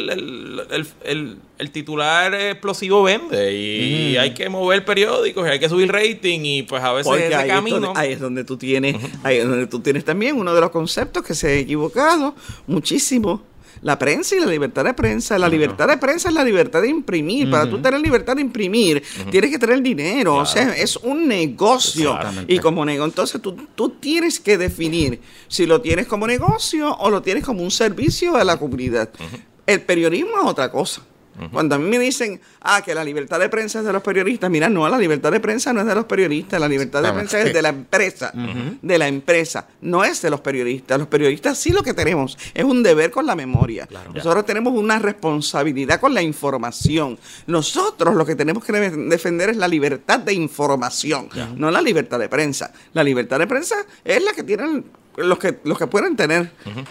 el titular explosivo vende y hay que mover periódicos y hay que subir rating y pues a veces ese camino... Ahí es donde tú tienes también uno de los conceptos que se ha equivocado muchísimo. La prensa y la libertad de prensa. La libertad de prensa es la libertad de imprimir. Para tú tener libertad de imprimir, tienes que tener dinero. Claro. O sea, es un negocio. Y como negocio, entonces tú tienes que definir si lo tienes como negocio o lo tienes como un servicio a la comunidad. El periodismo es otra cosa. Cuando a mí me dicen, que la libertad de prensa es de los periodistas, mira, no, la libertad de prensa no es de los periodistas, la libertad de prensa es de la empresa, no es de los periodistas. Los periodistas sí lo que tenemos es un deber con la memoria. Claro. Nosotros tenemos una responsabilidad con la información. Nosotros lo que tenemos que defender es la libertad de información, no la libertad de prensa. La libertad de prensa es la que tienen los que pueden tener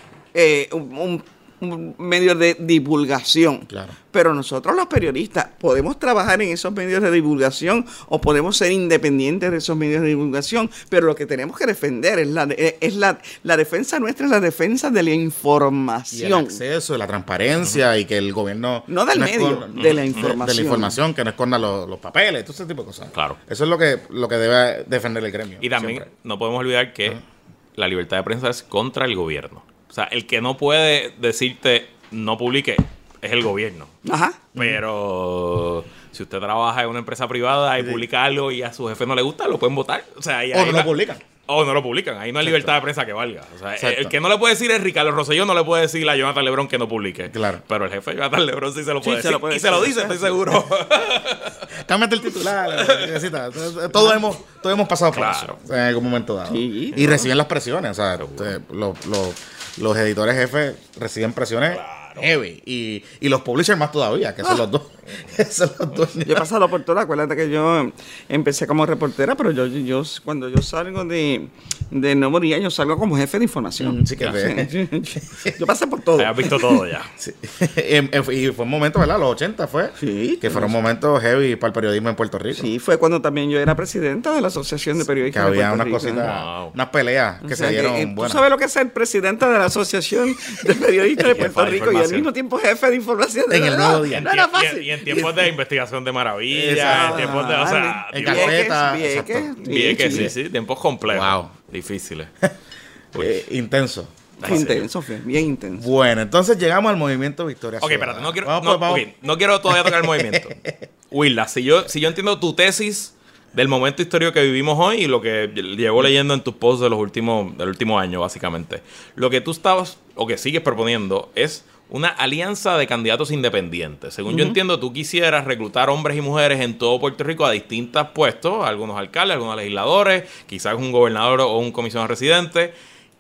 un medio de divulgación. Claro. Pero nosotros los periodistas podemos trabajar en esos medios de divulgación o podemos ser independientes de esos medios de divulgación, pero lo que tenemos que defender es la defensa nuestra, es la defensa de la información. Y el acceso, de la transparencia y que el gobierno... No del medio, de la información. De la información, que no esconda los papeles, todo ese tipo de cosas. Claro. Eso es lo que debe defender el gremio. Y también siempre. No podemos olvidar que la libertad de prensa es contra el gobierno. O sea, el que no puede decirte no publique es el gobierno. Ajá. Pero si usted trabaja en una empresa privada y publica algo y a su jefe no le gusta, lo pueden votar. O sea, o no lo publican. O no lo publican. Ahí no hay libertad de prensa que valga. O sea, el que no le puede decir es Ricardo Rosselló, no le puede decir a Jonathan Lebrón que no publique. Claro. Pero el jefe de Jonathan Lebrón sí se lo puede decir. Y se lo dice, estoy seguro. Cámbiate el titular. Todos hemos pasado por eso en algún momento dado. Sí, y reciben las presiones. O sea, los editores jefes reciben presiones heavy. Y los publishers más todavía, que son los dos. Yo he pasado por todo. Acuérdate que yo empecé como reportera, pero yo cuando yo salgo de Nuevo Día, yo salgo como jefe de información. Sí, que yo pasé por todo. Has visto todo ya. Sí. Y fue un momento, ¿verdad? Los 80 fue. Sí. Que fueron momentos heavy para el periodismo en Puerto Rico. Sí, fue cuando también yo era presidenta de la Asociación de Periodistas de Puerto Rico. Que había unas cositas, unas peleas que se dieron buenas. ¿Tú sabes lo que es ser presidenta de la Asociación de Periodistas de Puerto Rico y al mismo tiempo jefe de información? En el Nuevo Día. No era fácil. Y en tiempos de investigación de maravilla, en tiempos de, o sea, en carpeta, Vieques, sí, tiempos complejos, difíciles. Intenso, bien intenso. Bueno, entonces llegamos al movimiento Victoria Ciudadana. Espérate, no quiero todavía tocar el movimiento. Willa, si yo entiendo tu tesis del momento histórico que vivimos hoy y lo que llevo leyendo en tus posts del último año, básicamente, lo que tú estabas o que sigues proponiendo es una alianza de candidatos independientes. Según yo entiendo, tú quisieras reclutar hombres y mujeres en todo Puerto Rico a distintos puestos, algunos alcaldes, algunos legisladores, quizás un gobernador o un comisionado residente,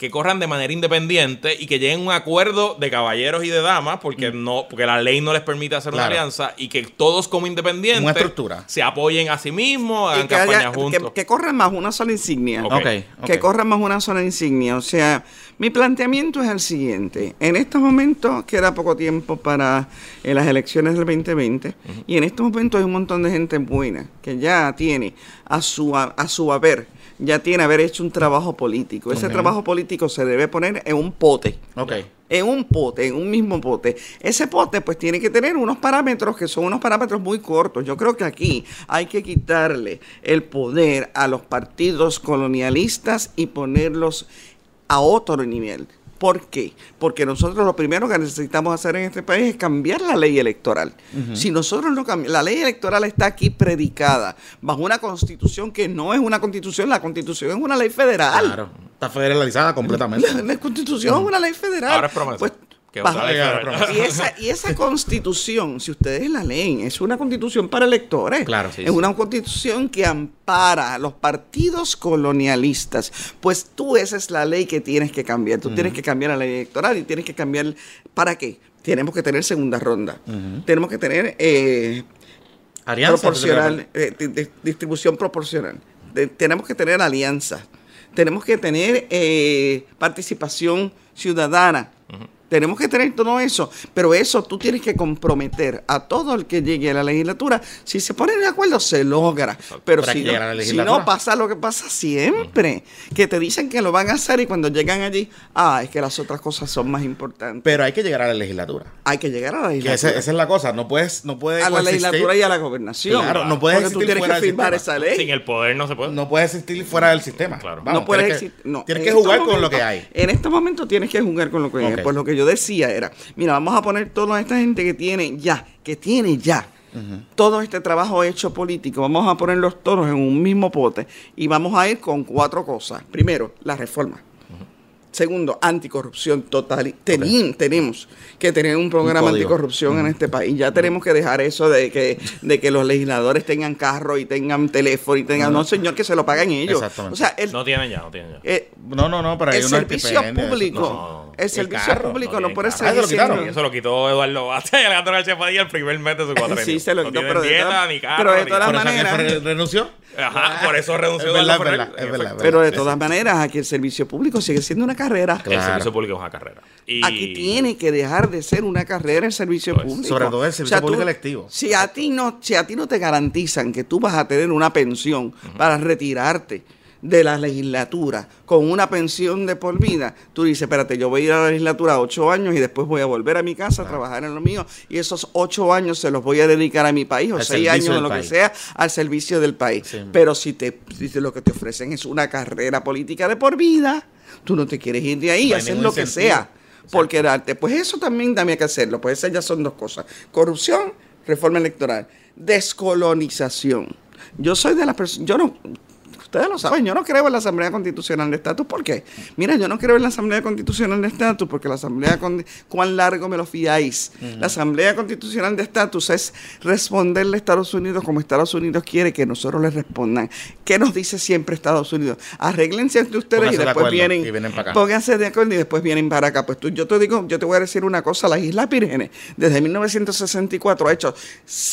que corran de manera independiente y que lleguen a un acuerdo de caballeros y de damas, porque la ley no les permite hacer una alianza, y que todos como independientes una estructura se apoyen a sí mismos, hagan campaña juntos. Que corran más una sola insignia. Okay. Que corran más una sola insignia. O sea, mi planteamiento es el siguiente. En estos momentos queda poco tiempo para las elecciones del 2020 y en estos momentos hay un montón de gente buena que ya tiene a su haber, ya tiene haber hecho un trabajo político. Ese trabajo político se debe poner en un pote. En un pote, en un mismo pote. Ese pote pues tiene que tener unos parámetros que son unos parámetros muy cortos. Yo creo que aquí hay que quitarle el poder a los partidos colonialistas y ponerlos a otro nivel. ¿Por qué? Porque nosotros lo primero que necesitamos hacer en este país es cambiar la ley electoral. Si nosotros no cambiamos, la ley electoral está aquí predicada bajo una constitución que no es una constitución, la constitución es una ley federal. Claro, está federalizada completamente. La constitución es una ley federal. Ahora es promesa. Pues, y esa constitución, si ustedes la leen, es una constitución para electores. Claro, es una constitución que ampara a los partidos colonialistas. Pues esa es la ley que tienes que cambiar. Tú tienes que cambiar la ley electoral y tienes que cambiar. ¿Para qué? Tenemos que tener segunda ronda. Tenemos que tener proporcional, distribución proporcional. Tenemos que tener alianzas. Tenemos que tener participación ciudadana. Tenemos que tener todo eso, pero eso tú tienes que comprometer a todo el que llegue a la legislatura. Si se ponen de acuerdo, se logra. Pero si no, pasa lo que pasa siempre, que te dicen que lo van a hacer y cuando llegan allí, es que las otras cosas son más importantes. Pero hay que llegar a la legislatura. Hay que llegar a la legislatura. Esa es la cosa, no puedes a la legislatura y a la gobernación. Claro, no puedes existir. Porque tú tienes que firmar esa ley. Sin el poder no se puede. No puedes existir fuera del sistema. Claro. Vamos, no puedes existir. Tienes que jugar con lo que hay. En este momento tienes que jugar con lo que hay. Pues lo que yo decía era, mira, vamos a poner toda esta gente que tiene ya todo este trabajo hecho político, vamos a ponerlos todos en un mismo pote y vamos a ir con 4 cosas. Primero, la reforma. Segundo, anticorrupción total. Tenemos que tener un programa anticorrupción en este país. Ya tenemos que dejar eso de que los legisladores tengan carro y tengan teléfono y tengan... No, señor, que se lo paguen ellos. Exactamente. O sea, no tienen ya. No, pero hay el servicio público. El servicio público no puede ser... Eso lo quitó Eduardo Baza y Alejandro García Padilla el primer mes de su cuatrenio. Sí, se lo quitó, pero de todas maneras... ¿Renunció? Ajá, por eso renunció. Es verdad. Pero de todas maneras, aquí el servicio público sigue siendo una carrera. Claro. El servicio público es una carrera. Aquí tiene que dejar de ser una carrera el servicio público. Sobre todo el servicio público electivo. Si a ti no te garantizan que tú vas a tener una pensión para retirarte de la legislatura con una pensión de por vida, tú dices, espérate, yo voy a ir a la legislatura 8 años y después voy a volver a mi casa a trabajar en lo mío y esos 8 años se los voy a dedicar a mi país o 6 años o lo que sea al servicio del país. Sí. Pero si lo que te ofrecen es una carrera política de por vida, tú no te quieres ir de ahí y hacer lo que sea por quedarte. Pues eso también hay que hacerlo. Pues esas ya son 2 cosas. Corrupción, reforma electoral, descolonización. Yo soy de las personas, ustedes lo saben, yo no creo en la Asamblea Constitucional de Estatus. ¿Por qué? Mira, yo no creo en la Asamblea Constitucional de Estatus porque la Asamblea, ¿cuán largo me lo fiáis? La Asamblea Constitucional de Estatus es responderle a Estados Unidos como Estados Unidos quiere que nosotros les respondan. ¿Qué nos dice siempre Estados Unidos? Arréglense entre ustedes pónganse y después vienen para acá. Pónganse de acuerdo y después vienen para acá. Pues yo te voy a decir una cosa, las Islas Vírgenes desde 1964 ha hecho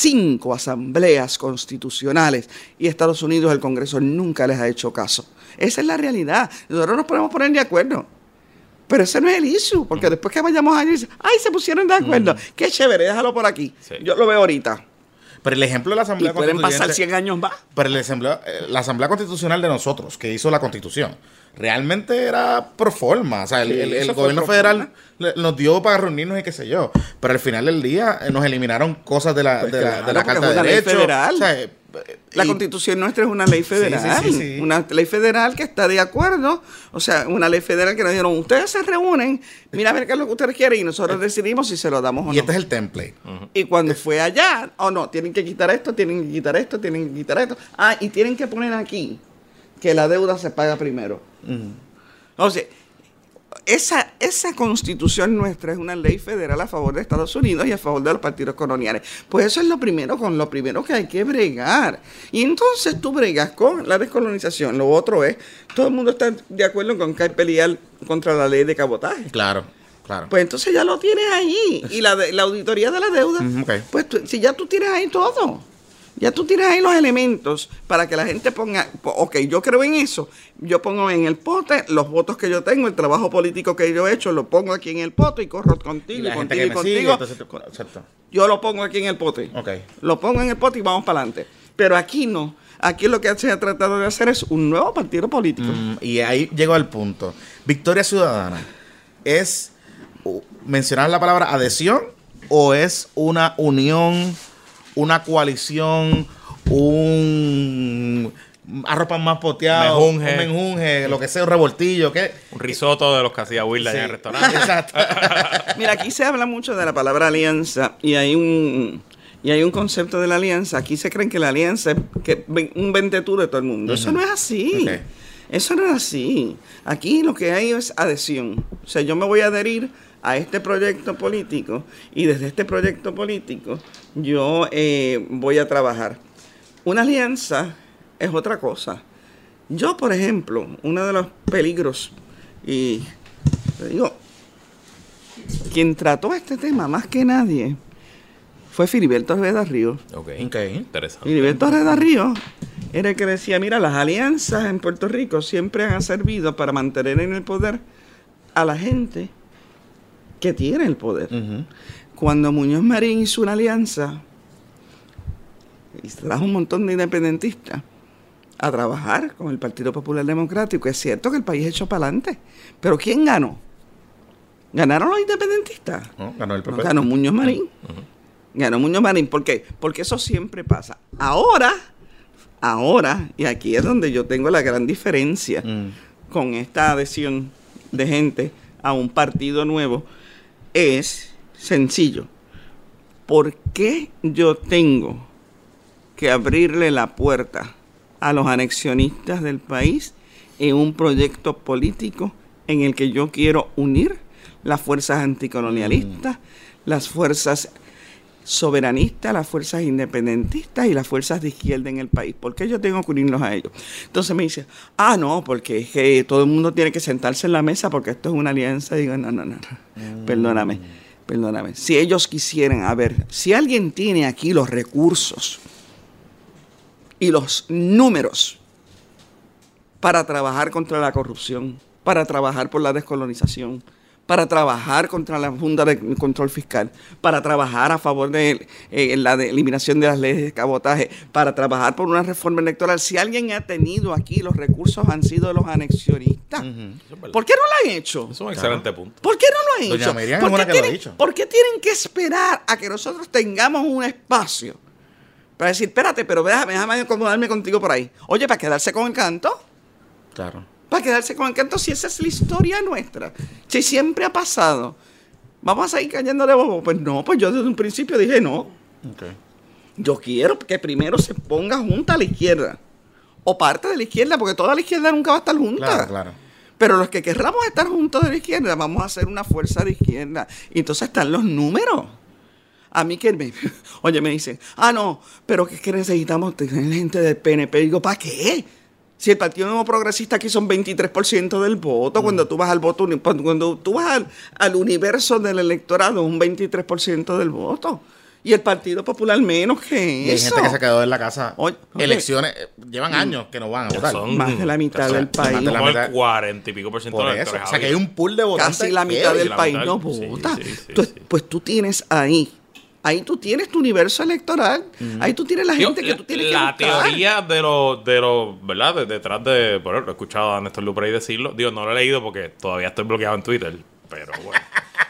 5 asambleas constitucionales y Estados Unidos, el Congreso, nunca les ha hecho caso. Esa es la realidad. Nosotros nos podemos poner de acuerdo. Pero ese no es el issue, porque después que vayamos allí, se pusieron de acuerdo. Qué chévere, déjalo por aquí. Sí. Yo lo veo ahorita. Pero el ejemplo de la Asamblea Constitucional... pueden pasar 100 años más. Pero la Asamblea Constitucional de nosotros, que hizo la Constitución, realmente era pro forma. O sea, el gobierno federal nos dio para reunirnos y qué sé yo. Pero al final del día nos eliminaron cosas de la Carta de Derechos. Federal. O sea, la Constitución nuestra es una ley federal. Sí. Una ley federal que está de acuerdo. O sea, una ley federal que nos dijeron, ustedes se reúnen, mira a ver qué es lo que ustedes quieren y nosotros decidimos si se lo damos o no. Y este es el template. Y cuando fue allá, no, tienen que quitar esto, tienen que quitar esto, tienen que quitar esto. Y tienen que poner aquí que la deuda se paga primero. O sea, esa constitución nuestra es una ley federal a favor de Estados Unidos y a favor de los partidos coloniales. Pues eso es lo primero que hay que bregar. Y entonces tú bregas con la descolonización. Lo otro es, todo el mundo está de acuerdo con que hay que pelear contra la ley de cabotaje. Claro. Pues entonces ya lo tienes ahí. Y la auditoría de la deuda. Okay. Pues si ya tú tienes ahí todo. Ya tú tienes ahí los elementos para que la gente ponga, ok, yo creo en eso. Yo pongo en el pote los votos que yo tengo, el trabajo político que yo he hecho, lo pongo aquí en el pote y corro contigo y contigo y contigo. Exacto. Yo lo pongo aquí en el pote. Okay. Lo pongo en el pote y vamos para adelante. Pero aquí no. Aquí lo que se ha tratado de hacer es un nuevo partido político. Y ahí llegó al punto. Victoria Ciudadana, ¿es mencionar la palabra adhesión o es una unión, una coalición, un arroz pan más poteado, un menjunje, lo que sea, un revoltillo, ¿qué? Un risotto de los que hacía Wilda en el restaurante? Exacto. Mira, aquí se habla mucho de la palabra alianza y hay un concepto de la alianza. Aquí se creen que la alianza es un venteturo de todo el mundo. Eso no es así. Okay. Eso no es así. Aquí lo que hay es adhesión. O sea, yo me voy a adherir a este proyecto político y desde este proyecto político yo voy a trabajar. Una alianza es otra cosa. Yo, por ejemplo, uno de los peligros, y te digo, quien trató este tema más que nadie fue Filiberto Ojeda Ríos. Okay. Interesante. Filiberto Ojeda Ríos era el que decía, mira, las alianzas en Puerto Rico siempre han servido para mantener en el poder a la gente que tiene el poder. Cuando Muñoz Marín hizo una alianza y trajo un montón de independentistas a trabajar con el Partido Popular Democrático, es cierto que el país echó para adelante, pero ¿quién ganó? ¿Ganaron los independentistas? No, ganó el PP. No, ganó Muñoz Marín. Ganó Muñoz Marín. ¿Por qué? Porque eso siempre pasa. Ahora, y aquí es donde yo tengo la gran diferencia con esta adhesión de gente a un partido nuevo, es sencillo. ¿Por qué yo tengo que abrirle la puerta a los anexionistas del país en un proyecto político en el que yo quiero unir las fuerzas anticolonialistas, las fuerzas soberanistas, las fuerzas independentistas y las fuerzas de izquierda en el país? ¿Por qué yo tengo que unirlos a ellos? Entonces me dice, no, porque es que todo el mundo tiene que sentarse en la mesa porque esto es una alianza. Y digo, no, perdóname. Si ellos quisieran, a ver, si alguien tiene aquí los recursos y los números para trabajar contra la corrupción, para trabajar por la descolonización, para trabajar contra la Junta de Control Fiscal, para trabajar a favor de la eliminación de las leyes de cabotaje, para trabajar por una reforma electoral. Si alguien ha tenido aquí los recursos, han sido los anexionistas. ¿Por qué no lo han hecho? Es un excelente punto. ¿Por qué no lo han hecho? Miriam es una que lo ha dicho. ¿Por qué tienen que esperar a que nosotros tengamos un espacio para decir, espérate, pero déjame acomodarme contigo por ahí? Oye, ¿para quedarse con el canto? Claro. Para quedarse con el canto, si esa es la historia nuestra. Si siempre ha pasado. ¿Vamos a seguir cayendo de bobo? Pues no, pues yo desde un principio dije no. Okay. Yo quiero que primero se ponga junta a la izquierda. O parte de la izquierda, porque toda la izquierda nunca va a estar junta. Claro. Pero los que querramos estar juntos de la izquierda, vamos a hacer una fuerza de izquierda. Y entonces están los números. A mí que me dicen, no, pero que es que necesitamos tener gente del PNP. Y digo, ¿para qué? Si el Partido Nuevo Progresista aquí son 23% del voto, cuando tú vas al voto, cuando tú vas al universo del electorado, un 23% del voto. Y el Partido Popular menos que y eso. Hay gente que se quedó en la casa. Elecciones, llevan años que no van a votar. Son más de la mitad del país. Como el 40 y pico por ciento de electores. O sea, que hay un pool de votantes. Casi la mitad del país no vota. Pues tú tienes ahí tú tienes tu universo electoral. Ahí tú tienes la gente que tú tienes que buscar. La teoría de los ¿verdad? Detrás de... Bueno, lo he escuchado a Néstor Luprey decirlo. Digo, no lo he leído porque todavía estoy bloqueado en Twitter. Pero bueno.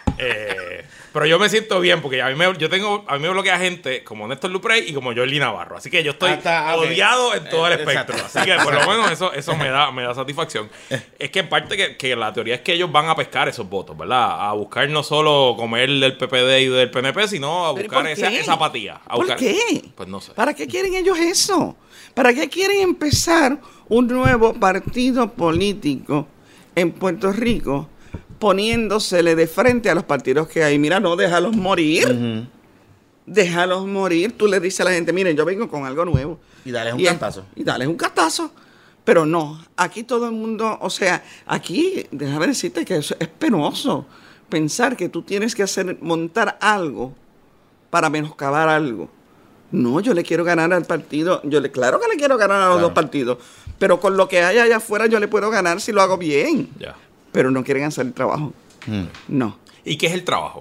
Pero yo me siento bien porque a mí me bloquea gente como Néstor Luprey y como Jordi Navarro. Así que yo estoy odiado en todo el espectro. Así que por lo menos eso me da satisfacción. Es que en parte que la teoría es que ellos van a pescar esos votos, ¿verdad? A buscar no solo comer del PPD y del PNP, sino a buscar esa apatía. ¿Por qué? Pues no sé. ¿Para qué quieren ellos eso? ¿Para qué quieren empezar un nuevo partido político en Puerto Rico poniéndosele de frente a los partidos que hay? Mira, no, déjalos morir. Déjalos morir. Tú le dices a la gente, miren, yo vengo con algo nuevo. Y dales un cantazo. Y dales un cantazo. Pero no, aquí todo el mundo, o sea, aquí, déjame decirte que eso es penoso. Pensar que tú tienes que montar algo para menoscabar algo. No, yo le quiero ganar al partido. Claro que le quiero ganar a los dos partidos. Pero con lo que hay allá afuera yo le puedo ganar si lo hago bien. Ya. Pero no quieren hacer el trabajo. No. ¿Y qué es el trabajo?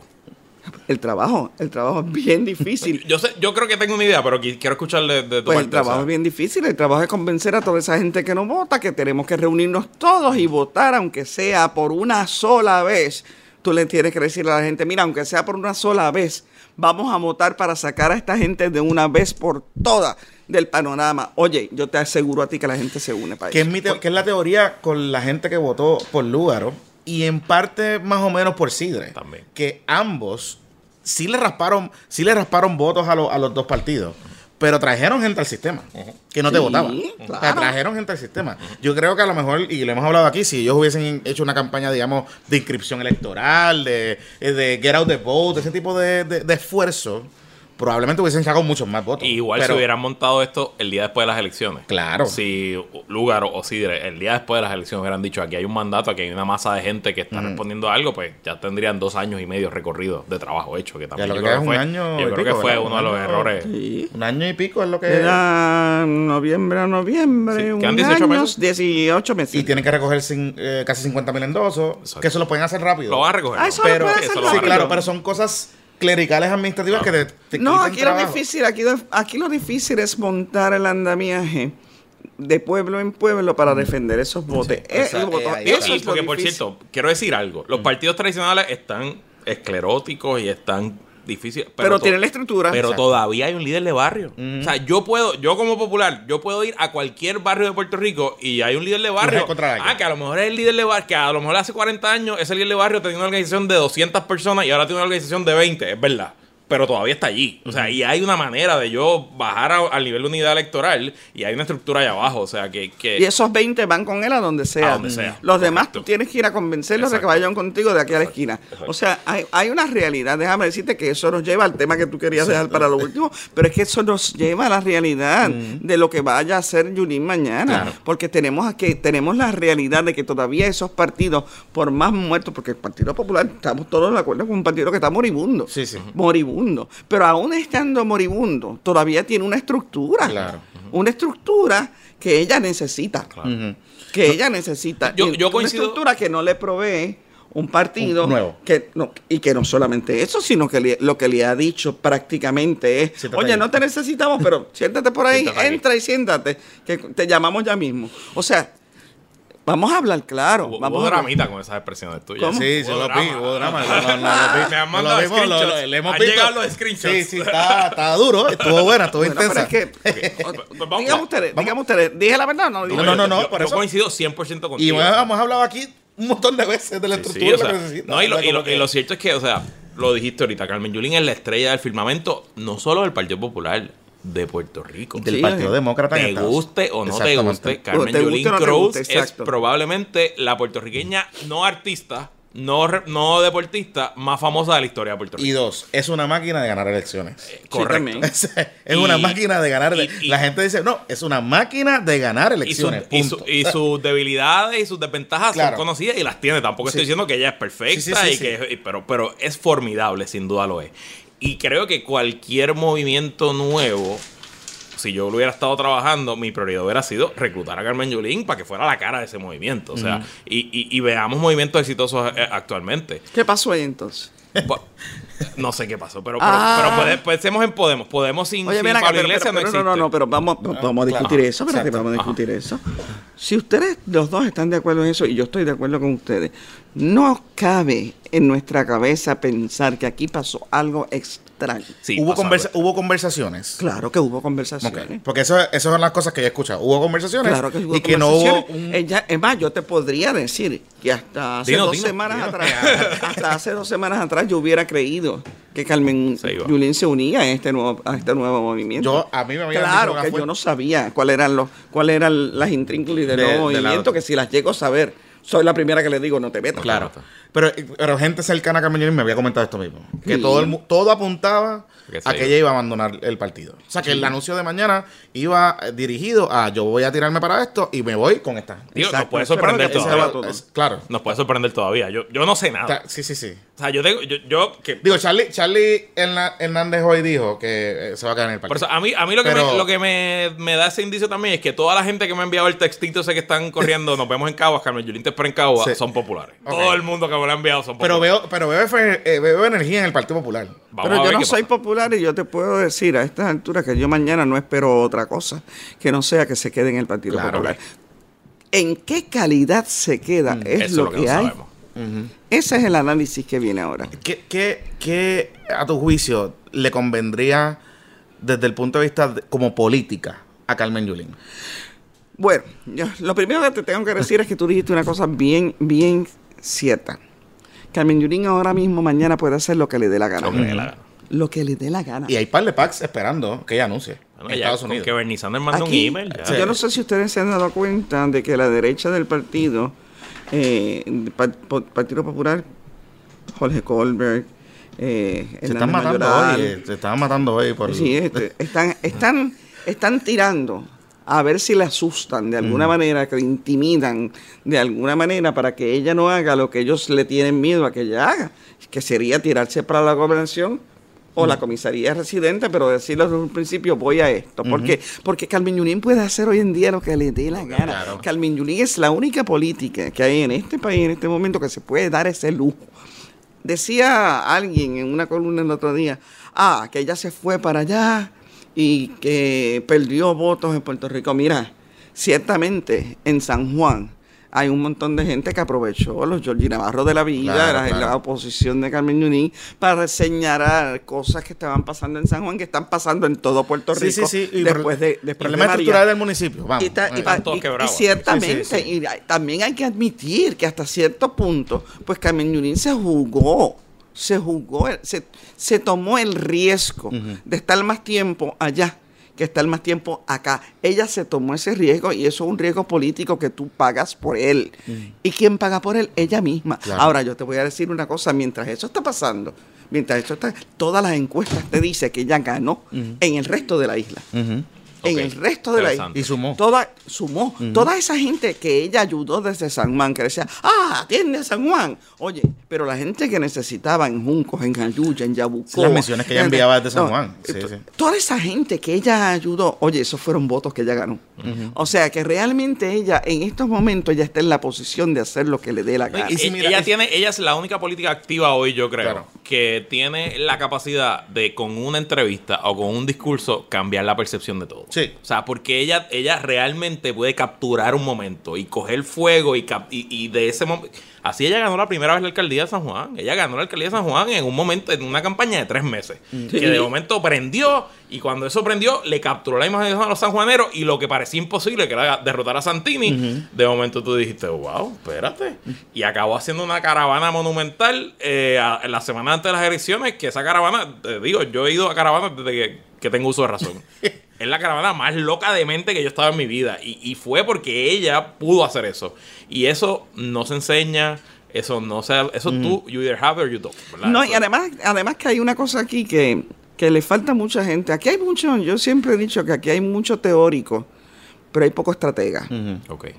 El trabajo es bien difícil. Yo creo que tengo una idea, pero quiero escucharle de tu pues parte. El trabajo es bien difícil. El trabajo es convencer a toda esa gente que no vota, que tenemos que reunirnos todos y votar, aunque sea por una sola vez. Tú le tienes que decirle a la gente, mira, aunque sea por una sola vez, vamos a votar para sacar a esta gente de una vez por todas del panorama. Oye, yo te aseguro a ti que la gente se une para eso. Que es la teoría con la gente que votó por Lúgaro y en parte más o menos por Sidre. También. Que ambos sí le rasparon votos a los dos partidos. Pero trajeron gente al sistema que no te votaba. Claro. O sea, trajeron gente al sistema. Yo creo que a lo mejor, y lo hemos hablado aquí, si ellos hubiesen hecho una campaña, digamos, de inscripción electoral, de get out the vote, ese tipo de esfuerzo, probablemente hubiesen sacado muchos más votos. Igual pero, si hubieran montado esto el día después de las elecciones. Claro. Si Lúgaro o Sidre el día después de las elecciones hubieran dicho aquí hay un mandato, aquí hay una masa de gente que está respondiendo a algo, pues ya tendrían 2 años y medio recorrido de trabajo hecho. Que también ya lo yo que creo es que fue, un año yo creo que pico, fue ¿verdad? uno de los errores. Sí. 1 año y pico es lo que Era noviembre a noviembre, Sí, un quedan 18 año, meses. 18 meses. y tienen que recoger casi 50,000 endosos. Exacto. Que eso lo pueden hacer rápido. Lo van a recoger. Ah, eso lo pero pueden hacer eso lo sí, van a claro, recoger. pero son cosas clericales administrativas que te No, quitan aquí lo trabajo. difícil, aquí lo difícil es montar el andamiaje de pueblo en pueblo para defender esos votos. Eso Y porque, por cierto, quiero decir algo. Los partidos tradicionales están escleróticos y están difíciles. Pero tienen la estructura. Pero Exacto. todavía hay un líder de barrio. O sea, yo como popular, yo puedo ir a cualquier barrio de Puerto Rico y hay un líder de barrio. encontrar a alguien. Que a lo mejor es el líder de barrio, que a lo mejor hace 40 años ese líder de barrio tenía una organización de 200 personas y ahora tiene una organización de 20, es verdad. Pero todavía está allí. O sea, y hay una manera de yo bajar al nivel de unidad electoral y hay una estructura allá abajo. O sea, que Y esos 20 van con él a donde sea. A donde sea. Los demás Correcto. tú tienes que ir a convencerlos de que Exacto. vayan contigo de aquí a la esquina. Exacto. O sea, hay una realidad. Déjame decirte que eso nos lleva al tema que tú querías dejar para lo último. Pero es que eso nos lleva a la realidad de lo que vaya a hacer Yulín mañana. Claro. Porque tenemos la realidad de que todavía esos partidos, por más muertos, porque el Partido Popular, estamos todos de acuerdo con un partido que está moribundo. Sí, sí. Moribundo. Pero aún estando moribundo, todavía tiene una estructura. Claro. Una estructura que ella necesita. Ujú. Que ella necesita. Yo Y una coincido- estructura que no le provee un partido Un nuevo. y que no solamente eso, sino que lo que le ha dicho prácticamente es, Siéntate oye, ahí. no te necesitamos, pero siéntate por ahí, Siéntate aquí. entra y siéntate, que te llamamos ya mismo. O sea, vamos a hablar claro. hubo Vamos a hablar. dramita con esas expresiones tuyas. ¿Cómo? Sí, sí, Hubo lo vi, hubo drama. Me han mandado screenshots. Le hemos Han visto. llegado los screenshots. Sí, sí, está duro. Estuvo buena, estuvo Bueno, pero intensa. es que, Pues vamos. dígame ustedes, ¿dije la verdad o no? Dije la No, verdad? no, por yo eso. coincido 100% Y contigo. hemos hablado aquí un montón de veces de la Sí, estructura sí, y o lo sea, que necesita. no, y Como lo que- cierto es que, o sea, lo dijiste ahorita, Carmen Yulín es la estrella del firmamento, no solo del Partido Popular, de Puerto Rico. del Sí, Partido Demócrata en Te Estados guste o no te Exactamente. guste, Carmen Te guste Yulín o no te Cruz guste, es exacto. probablemente la puertorriqueña no artista, no deportista más famosa de la historia de Puerto Rico. Y 2, es una máquina de ganar elecciones. Correcto. también. Es Y- una máquina de ganar. y- La gente dice, no, es una máquina de ganar elecciones. punto. Y sus debilidades y sus desventajas Claro. son conocidas y las tiene. Tampoco estoy Sí. diciendo que ella es perfecta, Sí, sí, sí, y que, pero es formidable, sin duda lo es. Y creo que cualquier movimiento nuevo, si yo lo hubiera estado trabajando, mi prioridad hubiera sido reclutar a Carmen Yulín para que fuera la cara de ese movimiento. O sea, y veamos movimientos exitosos actualmente. ¿Qué pasó ahí entonces? Pues, no sé qué pasó, pero pensemos en Podemos. Podemos sin Oye, ven acá, Pablo pero, Iglesias pero, no pero, existe. no, pero vamos a discutir claro. eso, espérate, Exacto. vamos a discutir eso. Si ustedes, los dos, están de acuerdo en eso, y yo estoy de acuerdo con ustedes, no cabe en nuestra cabeza pensar que aquí pasó algo extraño. Sí, hubo, pasó algo. hubo conversaciones. Claro que hubo Ok, conversaciones. porque esas son las cosas que yo he escuchado. Hubo conversaciones Claro que hubo y que no hubo conversaciones. Ella, es más, yo te podría decir que hasta hace Dinos, dos dinos, semanas dinos. atrás, hasta hace 2 semanas atrás, yo hubiera creído que Carmen Se iba. Yulín se unía a este nuevo movimiento. a mí me habían Claro dicho que fue- yo no sabía cuáles eran las intrínculas del nuevo de la- movimiento, que si las llego a saber, soy la primera que le digo, no te metas. Claro. Pero gente cercana a Carmen Yulín me había comentado esto mismo. Que todo apuntaba a que ella iba a abandonar el partido. O sea, que el anuncio de mañana iba dirigido a yo voy a tirarme para esto y me voy con esta. Digo, nos puede sorprender todavía. Claro. Nos puede sorprender todavía. Yo no sé nada. Sí. O sea, Digo, Charlie Hernández hoy dijo que se va a quedar en el partido. Por eso, a mí lo que me da ese indicio también es que toda la gente que me ha enviado el textito ese que están corriendo, nos vemos en Caguas, Carmen Yulín te espera en Caguas, son populares. Okay. Todo el mundo que me lo ha enviado son populares. Pero veo energía en el Partido Popular. Pero yo no soy popular y yo te puedo decir a estas alturas que yo mañana no espero otra cosa que no sea que se quede en el Partido Popular. ¿En qué calidad se queda? Es lo que hay. Ese es el análisis que viene ahora. ¿Qué a tu juicio le convendría desde el punto de vista como política a Carmen Yulín? Bueno, lo primero que te tengo que decir es que tú dijiste una cosa bien cierta. Carmen Yulín ahora mismo, mañana puede hacer lo que le dé la gana. Lo que le dé la gana. Y hay par de packs esperando que ella anuncie en Estados Unidos. Que Bernie Sanders manda un email. Yo no sé si ustedes se han dado cuenta de que la derecha del partido, Partido Popular, Jorge Colbert, se están matando hoy. Se estaban matando hoy. Sí, están tirando a ver si le asustan de alguna manera, que le intimidan de alguna manera para que ella no haga lo que ellos le tienen miedo a que ella haga, que sería tirarse para la gobernación o la comisaría residente, pero decirle desde un principio voy a esto. ¿Por qué? Porque Carmen Yulín puede hacer hoy en día lo que le dé la gana. Claro. Carmen Yulín es la única política que hay en este país en este momento que se puede dar ese lujo. Decía alguien en una columna el otro día, que ella se fue para allá y que perdió votos en Puerto Rico. Mira, ciertamente en San Juan hay un montón de gente que aprovechó los Georgie Navarro de la vida, la oposición de Carmen Yulín, para señalar cosas que estaban pasando en San Juan, que están pasando en todo Puerto Rico. Sí. Después de problemas estructurales del municipio. Vamos. Y ciertamente, y también hay que admitir que hasta cierto punto, pues Carmen Yulín se tomó el riesgo de estar más tiempo allá que estar más tiempo acá. Ella se tomó ese riesgo y eso es un riesgo político que tú pagas por él. ¿Y quién paga por él? Ella misma. Claro. Ahora, yo te voy a decir una cosa, mientras eso está pasando, todas las encuestas te dicen que ella ganó en el resto de la isla. En el resto de la isla. Y sumó. Toda esa gente que ella ayudó desde San Juan, que decía, atiende a San Juan. Oye, pero la gente que necesitaba en Juncos, en Jayuya, en Yabucoa. Las misiones que ella enviaba desde San Juan. Toda esa gente que ella ayudó, oye, esos fueron votos que ella ganó. O sea, que realmente ella, en estos momentos, ella está en la posición de hacer lo que le dé la gana. Ella es la única política activa hoy, yo creo, que tiene la capacidad de, con una entrevista o con un discurso, cambiar la percepción de todo. Sí. O sea, porque ella realmente puede capturar un momento y coger fuego y de ese momento. Así ella ganó la primera vez la alcaldía de San Juan. Ella ganó la alcaldía de San Juan en un momento, en una campaña de 3 meses. Que de momento prendió, y cuando eso prendió, le capturó la imagen a los sanjuaneros, y lo que parecía imposible, que era derrotar a Santini, de momento tú dijiste, wow, espérate. Y acabó haciendo una caravana monumental la semana antes de las elecciones, que esa caravana, te digo, yo he ido a caravanas desde que tengo uso de razón. Es la caravana más loca de mente que yo estaba en mi vida. Y fue porque ella pudo hacer eso. Y eso no se enseña. Eso no se... Eso tú, you either have it or you don't, ¿verdad? No, y además que hay una cosa aquí que le falta a mucha gente. Aquí hay mucho... Yo siempre he dicho que aquí hay mucho teórico, pero hay poco estratega. Ok.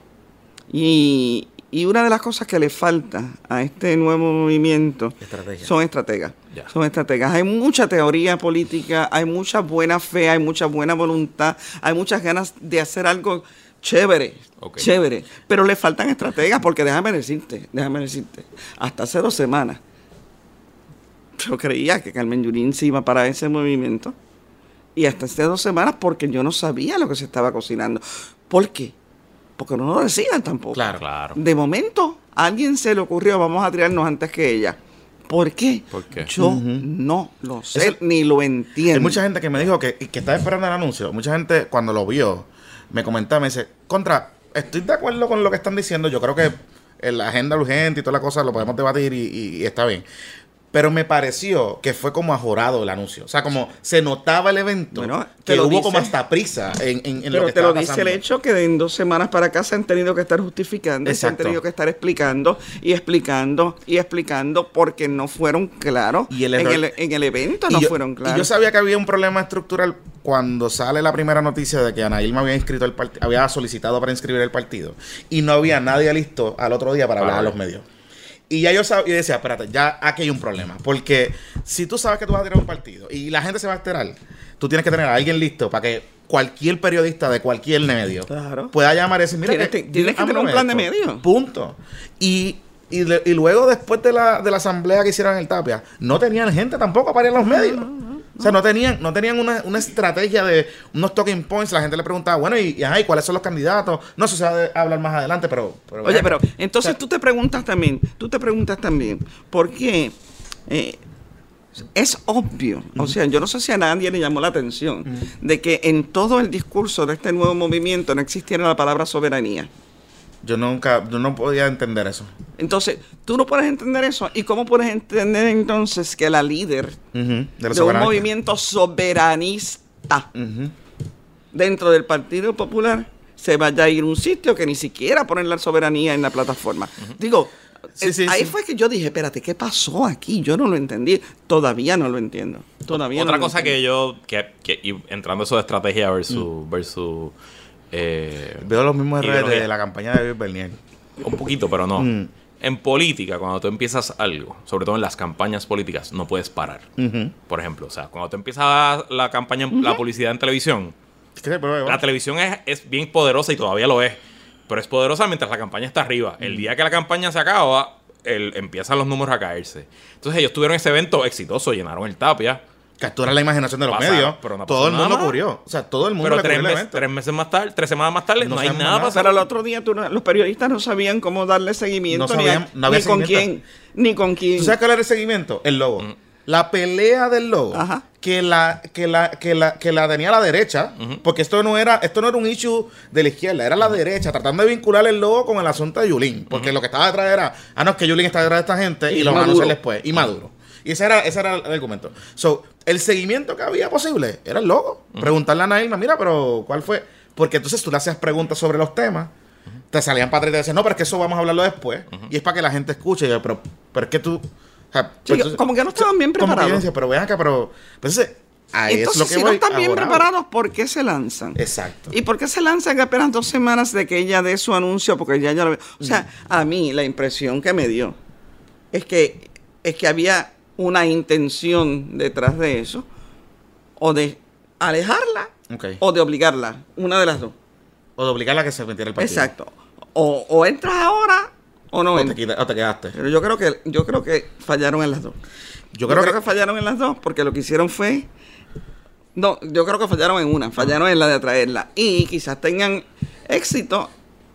Y una de las cosas que le falta a este nuevo movimiento son estrategas. Son estrategas. Hay mucha teoría política, hay mucha buena fe, hay mucha buena voluntad, hay muchas ganas de hacer algo chévere, pero le faltan estrategas, porque déjame decirte, hasta hace 2 semanas yo creía que Carmen Yulín se iba para ese movimiento, y hasta hace 2 semanas porque yo no sabía lo que se estaba cocinando. ¿Por qué? Porque no lo decían tampoco. Claro. De momento, a alguien se le ocurrió, vamos a tirarnos antes que ella. ¿Por qué? Yo no lo sé, ni lo entiendo. Hay mucha gente que me dijo que estaba esperando el anuncio. Mucha gente, cuando lo vio, me comentaba, me dice, estoy de acuerdo con lo que están diciendo. Yo creo que la agenda urgente y toda la cosa lo podemos debatir y está bien. Pero me pareció que fue como ajorado el anuncio. O sea, como se notaba el evento, que hubo como hasta prisa en lo que estaba pasando. Pero te lo dice el hecho que en 2 semanas para acá se han tenido que estar justificando, se han tenido que estar explicando porque no fueron claros. Y en el evento no fueron claros. Y yo sabía que había un problema estructural cuando sale la primera noticia de que Ana Irma había solicitado para inscribir el partido y no había nadie listo al otro día para hablar a los medios. Y ya yo decía, espérate, ya aquí hay un problema. Porque si tú sabes que tú vas a tirar un partido y la gente se va a enterar, tú tienes que tener a alguien listo para que cualquier periodista de cualquier medio pueda llamar y decir, mira, tienes que tener un plan de medio. Punto. Y luego, después de la asamblea que hicieron en el Tapia, no tenían gente tampoco para ir a los medios. O sea, no tenían una estrategia de unos talking points. La gente le preguntaba, bueno, ¿y cuáles son los candidatos? No, eso se va a hablar más adelante, pero oye, pero entonces tú te preguntas también, ¿por qué? Es obvio, o sea, yo no sé si a nadie le llamó la atención de que en todo el discurso de este nuevo movimiento no existiera la palabra soberanía. Yo no podía entender eso. Entonces, tú no puedes entender eso. ¿Y cómo puedes entender entonces que la líder de un movimiento soberanista dentro del Partido Popular se vaya a ir a un sitio que ni siquiera ponen la soberanía en la plataforma? Digo, ahí fue que yo dije, espérate, ¿qué pasó aquí? Yo no lo entendí. Todavía no lo entiendo. Otra cosa que yo, entrando eso de estrategia versus veo los mismos errores de la campaña de Luis Bernier. Un poquito, pero no. En política, cuando tú empiezas algo, sobre todo en las campañas políticas, no puedes parar. Por ejemplo, o sea, cuando tú empiezas la campaña, la publicidad en televisión, la televisión es bien poderosa y todavía lo es, pero es poderosa mientras la campaña está arriba. El día que la campaña se acaba, empiezan los números a caerse. Entonces ellos tuvieron ese evento exitoso, llenaron el Tapia. Captura la imaginación de los medios. Pero todo el mundo cubrió. O sea, todo el mundo le cubrió el evento. 3 meses más tarde, 3 semanas más tarde, no hay nada pasando. Pero el otro día los periodistas no sabían cómo darle seguimiento, ni con quién. ¿Tú sabes cuál era el seguimiento? El logo. La pelea del logo. Que la tenía la derecha, porque esto no era un issue de la izquierda, era la derecha, tratando de vincular el logo con el asunto de Yulín. Porque lo que estaba detrás era, es que Yulín está detrás de esta gente y lo van a anunciar después. Y Maduro. Y ese era el argumento. El seguimiento que había posible era el logo. Preguntarle a Ana Irma, mira, pero ¿cuál fue? Porque entonces tú le hacías preguntas sobre los temas, te salían para atrás y te decían, no, pero es que eso vamos a hablarlo después. Y es para que la gente escuche. Y yo, pero es que tú... O sea, como que no estaban bien preparados. Decía, pero vean acá, pero... Entonces, es lo que si no están bien preparados, ¿por qué se lanzan? Exacto. ¿Y por qué se lanzan apenas 2 semanas de que ella dé su anuncio? Porque ya lo... O sea, a mí la impresión que me dio es que había una intención detrás de eso, o de alejarla, o de obligarla, una de las dos. O de obligarla a que se metiera el partido. Exacto. O entras ahora, o no entras. O te quedaste. Pero yo creo que fallaron en las dos. Yo creo que fallaron en las dos, porque lo que hicieron fue... No, yo creo que fallaron en una, fallaron en la de atraerla. Y quizás tengan éxito,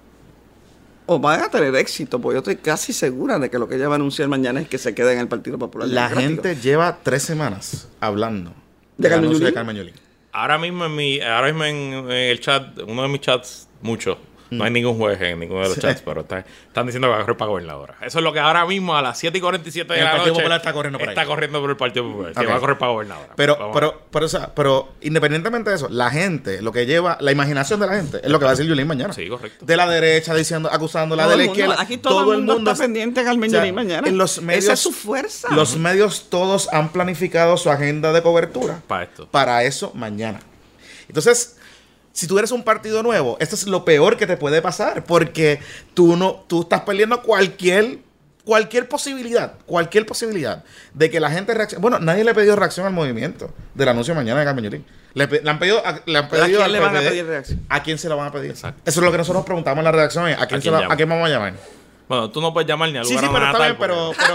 o van a tener éxito, porque yo estoy casi segura de que lo que ella va a anunciar mañana es que se quede en el Partido Popular. La gente lleva 3 semanas hablando de Carmen Yulín. Ahora mismo en el chat, uno de mis chats, muchos, no hay ningún juez en ninguno de los chats, pero están diciendo que va a correr para gobernadora. Eso es lo que ahora mismo a las 7:47 de la noche... El Partido Popular está corriendo por ahí. Está corriendo por el Partido Popular, que va a correr para gobernadora. Pero independientemente de eso, la gente, lo que lleva, la imaginación de la gente, es lo que va a decir Yulín mañana. Sí, correcto. De la derecha, acusándola de la izquierda. Aquí todo el mundo está pendiente de Carmen Yulín mañana. En los medios, esa es su fuerza. Los medios todos han planificado su agenda de cobertura para eso mañana. Entonces... Si tú eres un partido nuevo, esto es lo peor que te puede pasar, porque tú estás perdiendo cualquier posibilidad de que la gente reaccione. Bueno, nadie le ha pedido reacción al movimiento del anuncio mañana de Carmen Yulín. Le han pedido ¿A quién le van a pedir reacción? ¿A quién se la van a pedir? Exacto. Eso es lo que nosotros preguntamos en la redacción. ¿A quién vamos a llamar? Bueno, tú no puedes llamar ni al lugar pero está bien,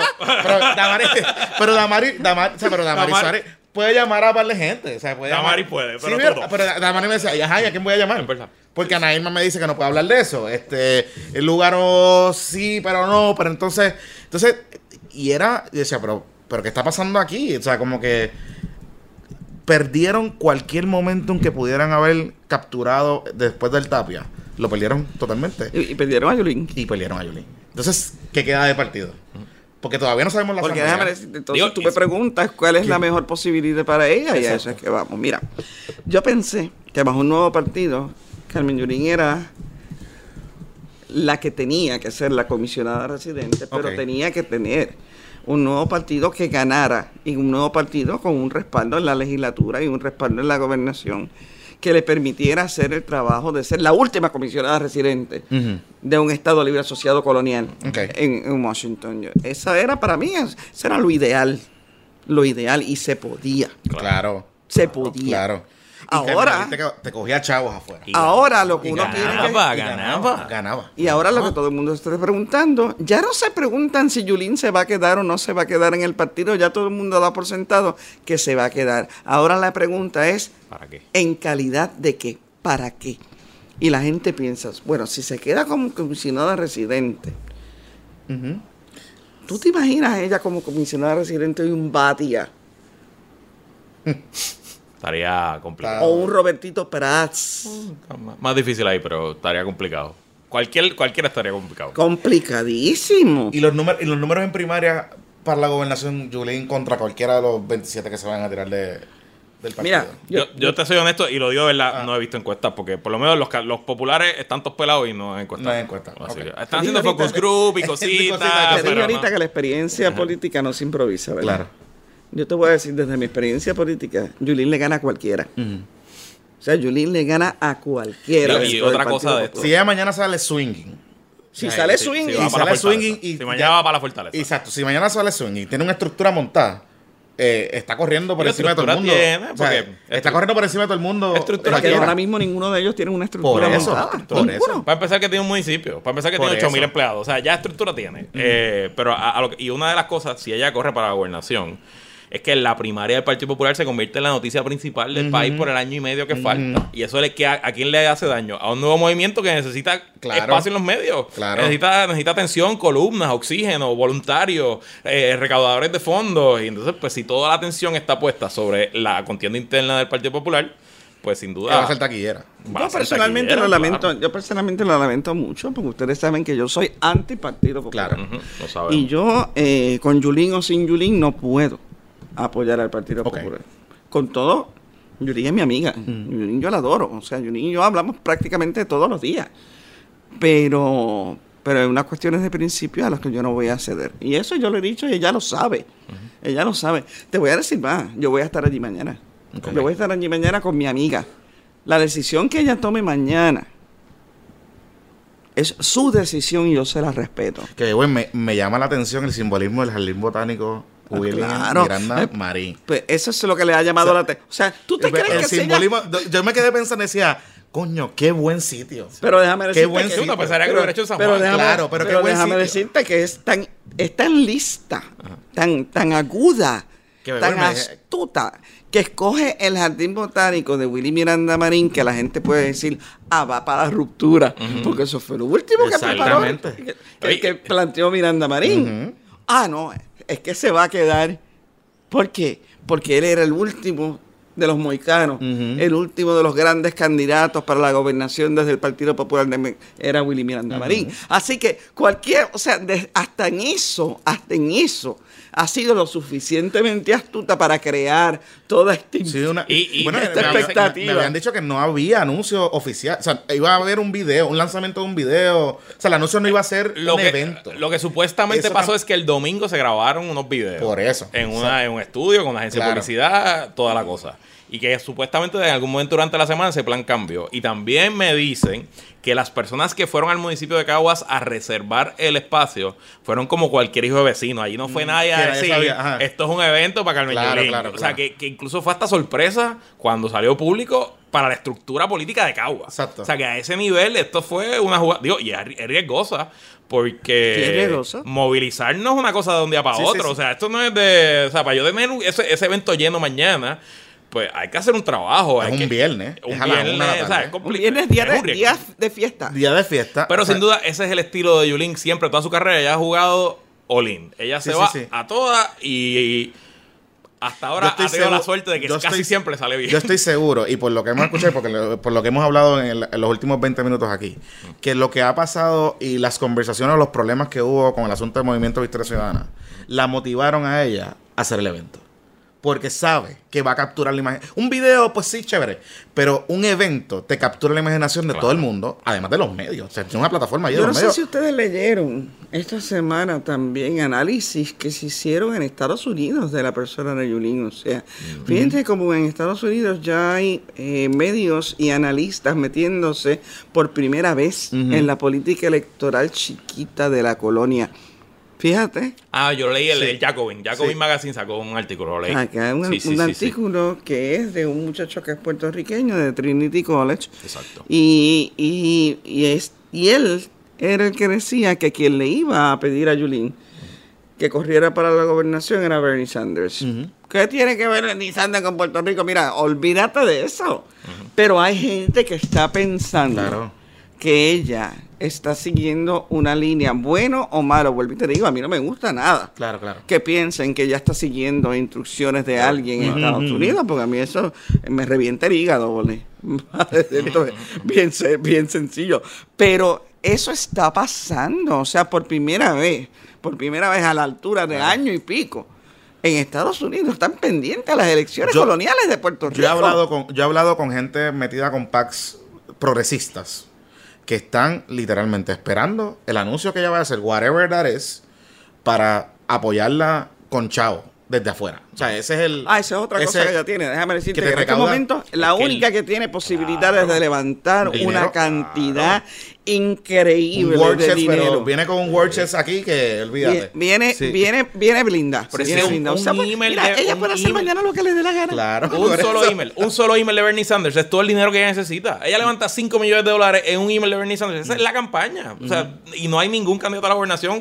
pero Damaris Suárez puede llamar a par de gente. O sea, Damaris puede, pero pero Damaris me decía, ¿y a quién voy a llamar? Porque Ana Irma me dice que no puede hablar de eso. El lugar sí, pero no. Pero entonces, y decía, pero ¿qué está pasando aquí? O sea, como que perdieron cualquier momento en que pudieran haber capturado después del Tapia. Lo perdieron totalmente. Y perdieron a Yulín. Entonces, ¿qué queda de partido? Porque todavía no sabemos la Porque déjame decirte, entonces tú me preguntas cuál es la mejor posibilidad para ella. Exacto. Y a eso es que vamos. Mira, yo pensé que bajo un nuevo partido, Carmen Yulín era la que tenía que ser la comisionada residente, pero tenía que tener un nuevo partido que ganara y un nuevo partido con un respaldo en la legislatura y un respaldo en la gobernación que le permitiera hacer el trabajo de ser la última comisionada residente de un Estado libre asociado colonial en Washington. Esa era para mí, eso era lo ideal, y se podía. Claro. Se podía. Claro. Ahora te cogía chavos afuera. Ahora lo que uno tiene ganaba. Y ahora lo que todo el mundo se está preguntando, ya no se preguntan si Yulín se va a quedar o no se va a quedar en el partido, ya todo el mundo da por sentado que se va a quedar. Ahora la pregunta es, ¿para qué? ¿En calidad de qué? ¿Para qué? Y la gente piensa, bueno, si se queda como comisionada residente, ¿tú te imaginas a ella como comisionada residente de un Batia? Estaría complicado. O un Robertito Prats. Más difícil ahí, pero estaría complicado. Cualquiera estaría complicado. Complicadísimo. Y los números en primaria para la gobernación, Yulín contra cualquiera de los 27 que se van a tirar del partido. Mira, yo te soy honesto y lo digo de verdad, no he visto encuestas porque por lo menos los populares están todos pelados y no hay encuestas. No hay encuestas. Están haciendo focus group y cositas. Te digo ahorita que la experiencia política no se improvisa, ¿verdad? Claro. Yo te voy a decir desde mi experiencia política, Yulín le gana a cualquiera. O sea, Yulín le gana a cualquiera. Y otra cosa de esto. Si ella mañana sale swinging. Si sale swinging. Si mañana va para la fortaleza. Exacto. Si mañana sale swinging y tiene una estructura montada, está corriendo por encima de todo el mundo. Está corriendo por encima de todo el mundo. Porque ahora mismo ninguno de ellos tiene una estructura montada. Por eso. Para empezar que tiene un municipio. Para empezar que tiene 8,000 empleados. O sea, ya estructura tiene. Pero y una de las cosas, si ella corre para la gobernación, es que la primaria del Partido Popular se convierte en la noticia principal del país por el año y medio que falta. Y eso ¿a quién le hace daño? A un nuevo movimiento que necesita espacio en los medios. Claro. Necesita atención, columnas, oxígeno, voluntarios, recaudadores de fondos. Y entonces, pues si toda la atención está puesta sobre la contienda interna del Partido Popular, pues sin duda va a ser taquillera. Yo personalmente lo lamento mucho, porque ustedes saben que yo soy anti-Partido Popular. Claro. Lo sabemos. Y yo, con Yulín o sin Yulín, no puedo apoyar al Partido Popular. Con todo, Yulín es mi amiga. Yulín yo la adoro. O sea, Yulín y yo hablamos prácticamente todos los días. Pero hay unas cuestiones de principio a las que yo no voy a ceder. Y eso yo lo he dicho y ella lo sabe. Ella lo sabe. Te voy a decir más. Yo voy a estar allí mañana. Yo voy a estar allí mañana con mi amiga. La decisión que ella tome mañana es su decisión y yo se la respeto. Que bueno, me llama la atención el simbolismo del jardín botánico William Miranda Marín. Pues eso es lo que le ha llamado la atención. O sea, ¿tú te crees el que simbolismo? Yo me quedé pensando y decía, coño, qué buen sitio. Pero déjame decirte qué buen sitio. Pero déjame decirte que es tan lista, tan aguda, tan astuta, que escoge el jardín botánico de Willy Miranda Marín, que la gente puede decir, va para la ruptura, porque eso fue lo último que preparó, que planteó Miranda Marín. No, es que se va a quedar. ¿Por qué? Porque él era el último de los mohicanos, el último de los grandes candidatos para la gobernación desde el Partido Popular era Willy Miranda Marín. Así que hasta en eso ha sido lo suficientemente astuta para crear toda esta expectativa. Me habían dicho que no había anuncio oficial. O sea, iba a haber un lanzamiento de un video. O sea, el anuncio no iba a ser un evento. Lo que supuestamente pasó es que el domingo se grabaron unos videos. Por eso. En un estudio con una agencia de publicidad, toda la cosa. Y que supuestamente en algún momento durante la semana ese plan cambió. Y también me dicen que las personas que fueron al municipio de Caguas a reservar el espacio fueron como cualquier hijo de vecino. Allí no fue nadie a decir, esto es un evento para Carmen Yulín. Claro. O sea, que incluso fue hasta sorpresa cuando salió público para la estructura política de Caguas. Exacto. O sea, que a ese nivel esto fue una jugada... Digo, y es riesgosa. Porque movilizar no es una cosa de un día para otro. Sí. O sea, esto no es de... O sea, para yo tener ese evento lleno mañana... Pues hay que hacer un trabajo. Es un viernes. Un viernes, o sea, un viernes, día de fiesta. Día de fiesta. Pero sin duda, ese es el estilo de Yulín siempre, toda su carrera. Ella ha jugado all-in. Ella se va a todas y Hasta ahora ha tenido la suerte de que casi siempre sale bien. Yo estoy seguro, y por lo que hemos escuchado, por lo que hemos hablado en los últimos 20 minutos aquí, que lo que ha pasado y las conversaciones, los problemas que hubo con el asunto del Movimiento Victoria Ciudadana, la motivaron a ella a hacer el evento. Porque sabe que va a capturar la imagen. Un video, pues sí, chévere. Pero un evento te captura la imaginación de todo el mundo, además de los medios. O sea, es una plataforma llena de medios. Yo no sé si ustedes leyeron esta semana también análisis que se hicieron en Estados Unidos de la persona de Yulín. O sea, fíjense como en Estados Unidos ya hay medios y analistas metiéndose por primera vez en la política electoral chiquita de la colonia. Fíjate. Yo leí el Jacobin. Jacobin Magazine sacó un artículo, lo leí. Acá hay un artículo que es de un muchacho que es puertorriqueño de Trinity College. Exacto. Y él era el que decía que quien le iba a pedir a Yulín que corriera para la gobernación era Bernie Sanders. ¿Qué tiene que ver Bernie Sanders con Puerto Rico? Mira, olvídate de eso. Pero hay gente que está pensando que ella está siguiendo una línea, bueno o malo. Vuelvo y te digo, a mí no me gusta nada. Claro. Que piensen que ella está siguiendo instrucciones de alguien en Estados Unidos, porque a mí eso me revienta el hígado, ¿vale? bien sencillo. Pero eso está pasando, o sea, por primera vez a la altura de año y pico. En Estados Unidos están pendientes a las elecciones coloniales de Puerto Rico. Yo he hablado con gente metida con PACs progresistas que están literalmente esperando el anuncio que ella va a hacer, whatever that is, para apoyarla con chavo desde afuera. O sea, ese es el... esa es otra cosa que ella tiene. Déjame decirte que en este momento la única que tiene posibilidades de levantar una cantidad increíble de dinero. Pero viene con un war chest aquí que olvídate. Viene blinda. Ella puede hacer mañana lo que le dé la gana. Claro. Un solo email de Bernie Sanders es todo el dinero que ella necesita. Ella levanta $5 millones en un email de Bernie Sanders. Esa es la campaña. O sea, y no hay ningún candidato a la gobernación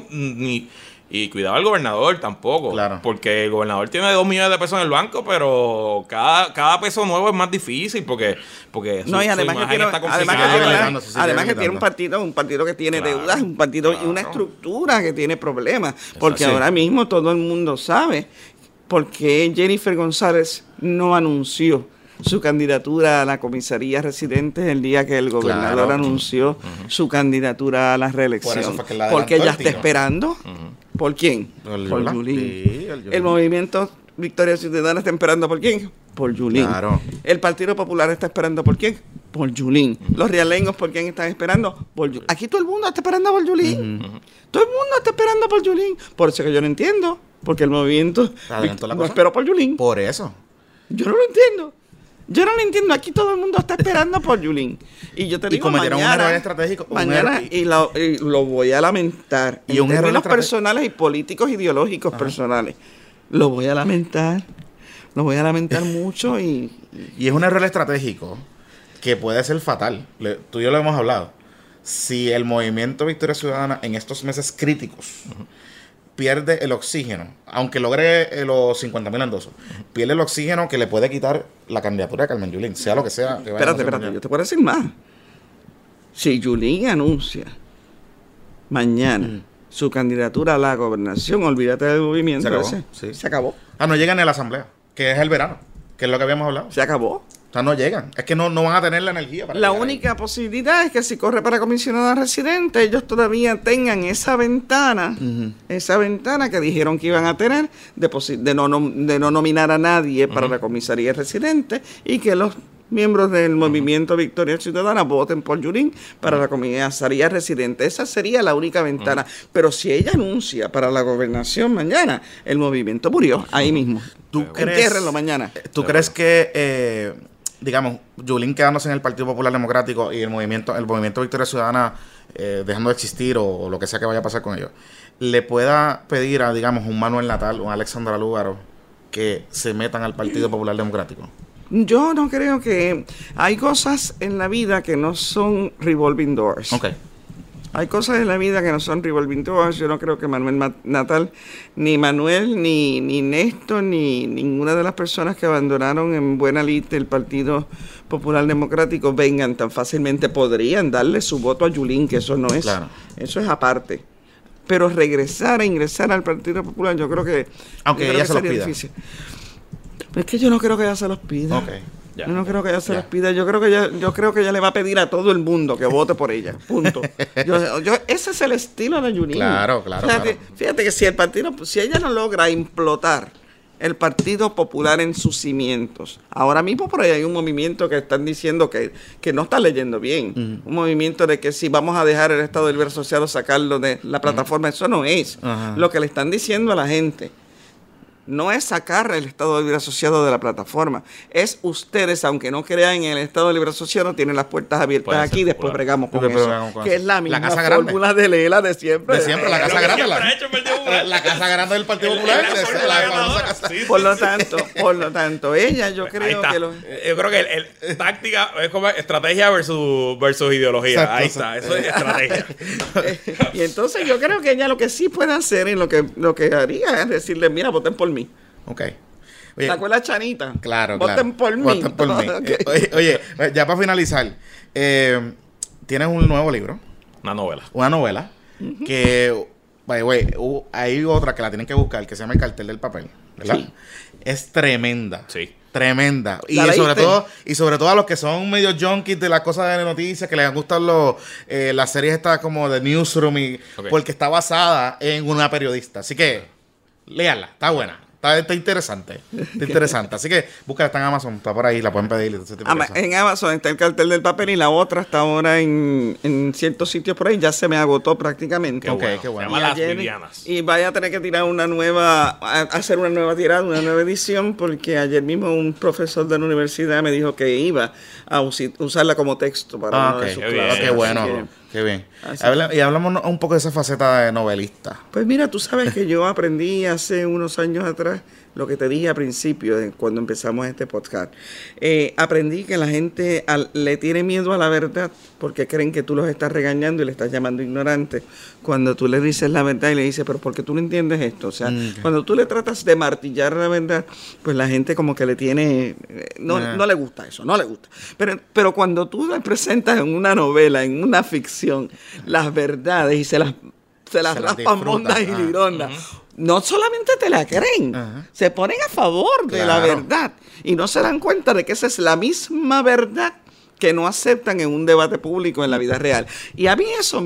y cuidado al gobernador tampoco. Claro. Porque el gobernador tiene 2 millones de pesos en el banco, pero cada peso nuevo es más difícil porque su además imagen está complicada. Además que tiene un partido que tiene deudas, un partido y una estructura que tiene problemas. Porque ahora mismo todo el mundo sabe por qué Jennifer González no anunció su candidatura a la comisaría residente el día que el gobernador anunció su candidatura a la reelección. Porque ella está esperando. ¿Por quién? Por Yulín. El movimiento Victoria Ciudadana está esperando ¿por quién? Por Yulín. Claro. El Partido Popular está esperando ¿por quién? Por Yulín. Los rialeños ¿por quién están esperando? Por Yulín. Aquí todo el mundo está esperando por Yulín. Todo el mundo está esperando por Yulín. Por eso que yo no entiendo. Porque el movimiento no esperó por Yulín. Por eso. Yo no lo entiendo. Aquí todo el mundo está esperando por Yulín. Y yo te digo, cometieron un error estratégico. Y lo voy a lamentar. Y en términos personales y políticos ideológicos personales. Lo voy a lamentar. Lo voy a lamentar mucho. Y es un error estratégico que puede ser fatal. Tú y yo lo hemos hablado. Si el movimiento Victoria Ciudadana en estos meses críticos pierde el oxígeno, aunque logre los 50,000 endosos, pierde el oxígeno que le puede quitar la candidatura de Carmen Yulín, sea lo que sea. Espérate, yo te puedo decir más. Si Yulín anuncia mañana su candidatura a la gobernación, olvídate del movimiento. Se acabó. No llegan ni a la asamblea, que es el verano, que es lo que habíamos hablado. Se acabó. O sea, no llegan. Es que no van a tener la energía para la única posibilidad es que si corre para comisionada residente, ellos todavía tengan esa ventana que dijeron que iban a tener de no nominar a nadie para la comisaría residente y que los miembros del movimiento Victoria Ciudadana voten por Yulín para la comisaría residente. Esa sería la única ventana. Pero si ella anuncia para la gobernación mañana, el movimiento murió ahí mismo. Entiérrenlo mañana. ¿Tú crees que digamos, Yulín quedándose en el Partido Popular Democrático y el movimiento Victoria Ciudadana dejando de existir o lo que sea que vaya a pasar con ellos, le pueda pedir a, digamos, un Manuel Natal o un Alexandra Lúgaro que se metan al Partido Popular Democrático? Yo no creo que... Hay cosas en la vida que no son revolving doors. Okay. Hay cosas en la vida que no son revolving doors. Yo no creo que Manuel Natal, ni Manuel, ni Néstor, ni ninguna de las personas que abandonaron en buena lid el Partido Popular Democrático vengan tan fácilmente. Podrían darle su voto a Yulín, que eso no es. Claro. Eso es aparte. Pero ingresar al Partido Popular, yo creo que... Aunque ella se lo pida. Difícil. Es que yo no creo que ella se los pida. Ok. Yo no creo que ella se los pida. Yo creo que ella le va a pedir a todo el mundo que vote por ella. Punto. Ese es el estilo de Yulín. Claro. Fíjate que si ella no logra implotar el Partido Popular en sus cimientos, ahora mismo por ahí hay un movimiento que están diciendo que no está leyendo bien. Un movimiento de que si vamos a dejar el Estado Libre Asociado, sacarlo de la plataforma, eso no es. Lo que le están diciendo a la gente. No es sacar el Estado Libre Asociado de la plataforma. Es ustedes, aunque no crean en el Estado Libre Asociado, tienen las puertas abiertas aquí, después bregamos con eso. Que es la misma fórmula de Lela de siempre. De siempre, la Casa Grande. La Casa Grande del Partido Popular. Por lo tanto, ella, yo creo que... Yo creo que táctica es como estrategia versus ideología. Exacto, ahí está, eso es estrategia. Y entonces yo creo que ella lo que sí puede hacer y lo que haría es decirle, mira, voten por mí. Ok. ¿Te acuerdas, Chanita? Claro. Voten por mí. Voten por mí. Oye, ya para finalizar, tienes un nuevo libro. Una novela que, hay otra que la tienen que buscar, que se llama El Cartel del Papel, ¿verdad? Sí. Es tremenda. Sí. Tremenda. Y sobre todo a los que son medio junkies de las cosas de noticias, que les gustan las series estas como de Newsroom, porque está basada en una periodista. Así que léala, está buena. Está interesante. Está interesante. Así que búscala, está en Amazon, está por ahí, la pueden pedir. En Amazon está El Cartel del Papel y la otra está ahora en ciertos sitios por ahí. Ya se me agotó prácticamente. Qué bueno. Se llama Las Vivianas. Y vaya a tener que tirar hacer una nueva tirada, una nueva edición, porque ayer mismo un profesor de la universidad me dijo que iba a usarla como texto para uno de sus clases. Qué bueno. Qué bien. Y hablamos un poco de esa faceta de novelista. Pues mira, tú sabes que yo aprendí hace unos años atrás lo que te dije al principio, cuando empezamos este podcast. Aprendí que la gente le tiene miedo a la verdad porque creen que tú los estás regañando y le estás llamando ignorante. Cuando tú le dices la verdad y le dices, pero ¿por qué tú no entiendes esto? O sea, cuando tú le tratas de martillar la verdad, pues la gente como que le tiene... No le gusta eso, no le gusta. Pero cuando tú le presentas en una novela, en una ficción, las verdades y se las raspan mondas y lirondas, no solamente te la creen, se ponen a favor de la verdad y no se dan cuenta de que esa es la misma verdad que no aceptan en un debate público en la vida real. Y a mí eso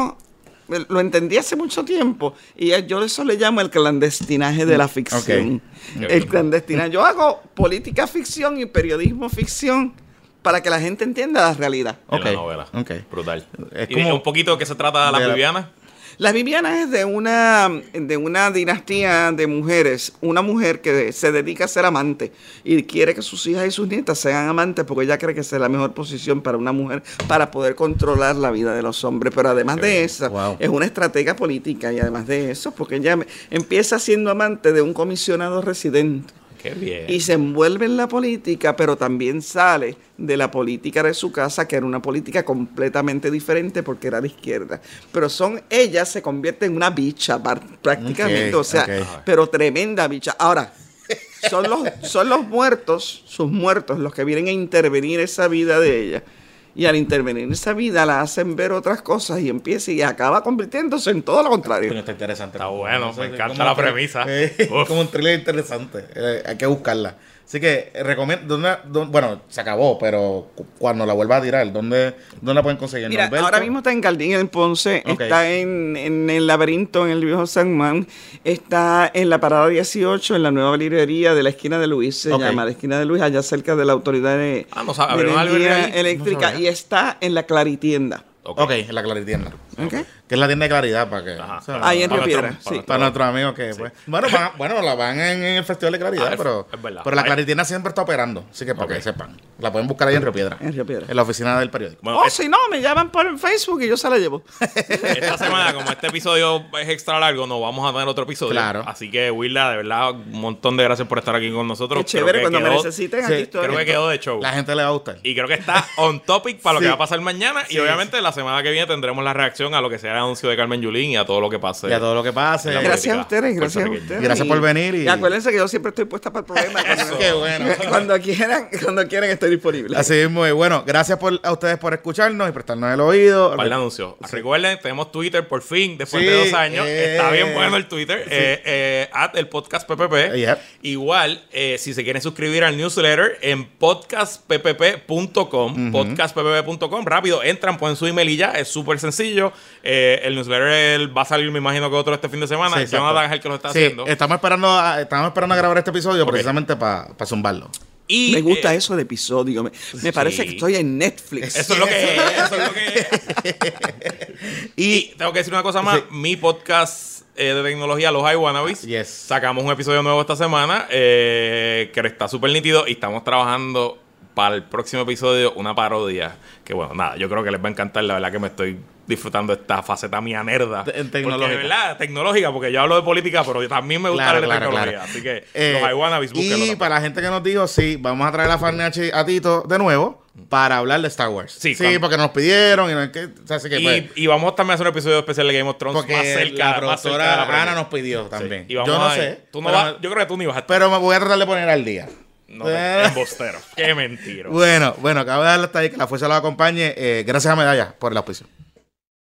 lo entendí hace mucho tiempo y yo eso le llamo el clandestinaje de la ficción. El clandestinaje. Yo hago política ficción y periodismo ficción para que la gente entienda la realidad. En la novela. Brutal. Es como un poquito de qué se trata de Las Vivianas. Las Vivianas es de una dinastía de mujeres, una mujer que se dedica a ser amante y quiere que sus hijas y sus nietas sean amantes porque ella cree que esa es la mejor posición para una mujer para poder controlar la vida de los hombres. Pero además de eso, es una estratega política y además de eso, porque ella empieza siendo amante de un comisionado residente. Qué bien. Y se envuelve en la política, pero también sale de la política de su casa, que era una política completamente diferente porque era de izquierda. Pero ella se convierte en una bicha prácticamente, pero tremenda bicha. Ahora, son los muertos, sus muertos, los que vienen a intervenir esa vida de ella. Y al intervenir en esa vida la hacen ver otras cosas y empieza y acaba convirtiéndose en todo lo contrario. Está interesante. Está bueno, me encanta la premisa. Como un thriller interesante. Hay que buscarla. Así que recomiendo, bueno, se acabó, pero cuando la vuelva a tirar, ¿dónde la pueden conseguir? Mira, ahora mismo está en Gardín, en Ponce, está en el Laberinto, en el Viejo San Juan, está en la Parada 18, en la nueva librería de la esquina de Luis, se llama la esquina de Luis, allá cerca de la Autoridad de Energía Eléctrica, y está en la Claritienda. En la Claritienda. Que es la tienda de Claridad para que... Ahí en Río Piedra, para nuestros amigos que... Pues, bueno, la van en el Festival de Claridad, pero la Claritienda siempre está operando, así que para que sepan. La pueden buscar ahí en Río Piedra. En la oficina del periódico. Bueno, si no, me llaman por Facebook y yo se la llevo. Esta semana, como este episodio es extra largo, no vamos a tener otro episodio. Claro. Así que, Willa, de verdad, un montón de gracias por estar aquí con nosotros. Qué chévere, cuando me necesiten, aquí estoy. Creo que quedó de show. La gente le va a gustar. Y creo que está on topic para lo que va a pasar mañana. Y obviamente la semana que viene tendremos la reacción atención a lo que sea el anuncio de Carmen Yulín y a todo lo que pase. Y a todo lo que pase. Gracias a ustedes, gracias a ustedes. Gracias por venir. Y acuérdense que yo siempre estoy puesta para el problema. Qué bueno. Cuando quieran estoy disponible. Así es, muy bueno. Gracias a ustedes por escucharnos y prestarnos el oído. Para el anuncio. Sí. Recuerden, tenemos Twitter por fin, después de 2 años. Está bien bueno el Twitter. El podcast PPP. Yep. Igual, si se quieren suscribir al newsletter en podcastppp.com, podcastppp.com, rápido, entran, ponen su email y ya, es súper sencillo. El newsletter va a salir, me imagino que otro este fin de semana. Jonathan es el que lo está haciendo. Estamos esperando a grabar este episodio precisamente para zumbarlo. Y me gusta eso de episodio. Me parece que estoy en Netflix. Eso es lo que es. Y tengo que decir una cosa más. Mi podcast de tecnología, Los iWannabes, sacamos un episodio nuevo esta semana que está súper nítido y estamos trabajando para el próximo episodio una parodia. Que bueno, nada, yo creo que les va a encantar. La verdad que me estoy disfrutando esta faceta mía nerda. Tecnológica. Porque, de verdad, tecnológica, porque yo hablo de política, pero también me gusta la tecnología. Claro. Así que Los iWannabes, búsquenlo. Y para la gente que nos dijo, sí, vamos a traer a Farnachi a Tito de nuevo para hablar de Star Wars. Sí, porque nos pidieron. Y vamos también a hacer un episodio especial de Game of Thrones porque más cerca. La productora Ana nos pidió también. Y vamos yo no sé. Yo creo que tú no ibas a estar. Pero me voy a tratar de poner al día. No, embostero. Qué mentira. Bueno, acabo de darle hasta ahí. Que la fuerza los acompañe. Gracias a Medalla por el auspicio.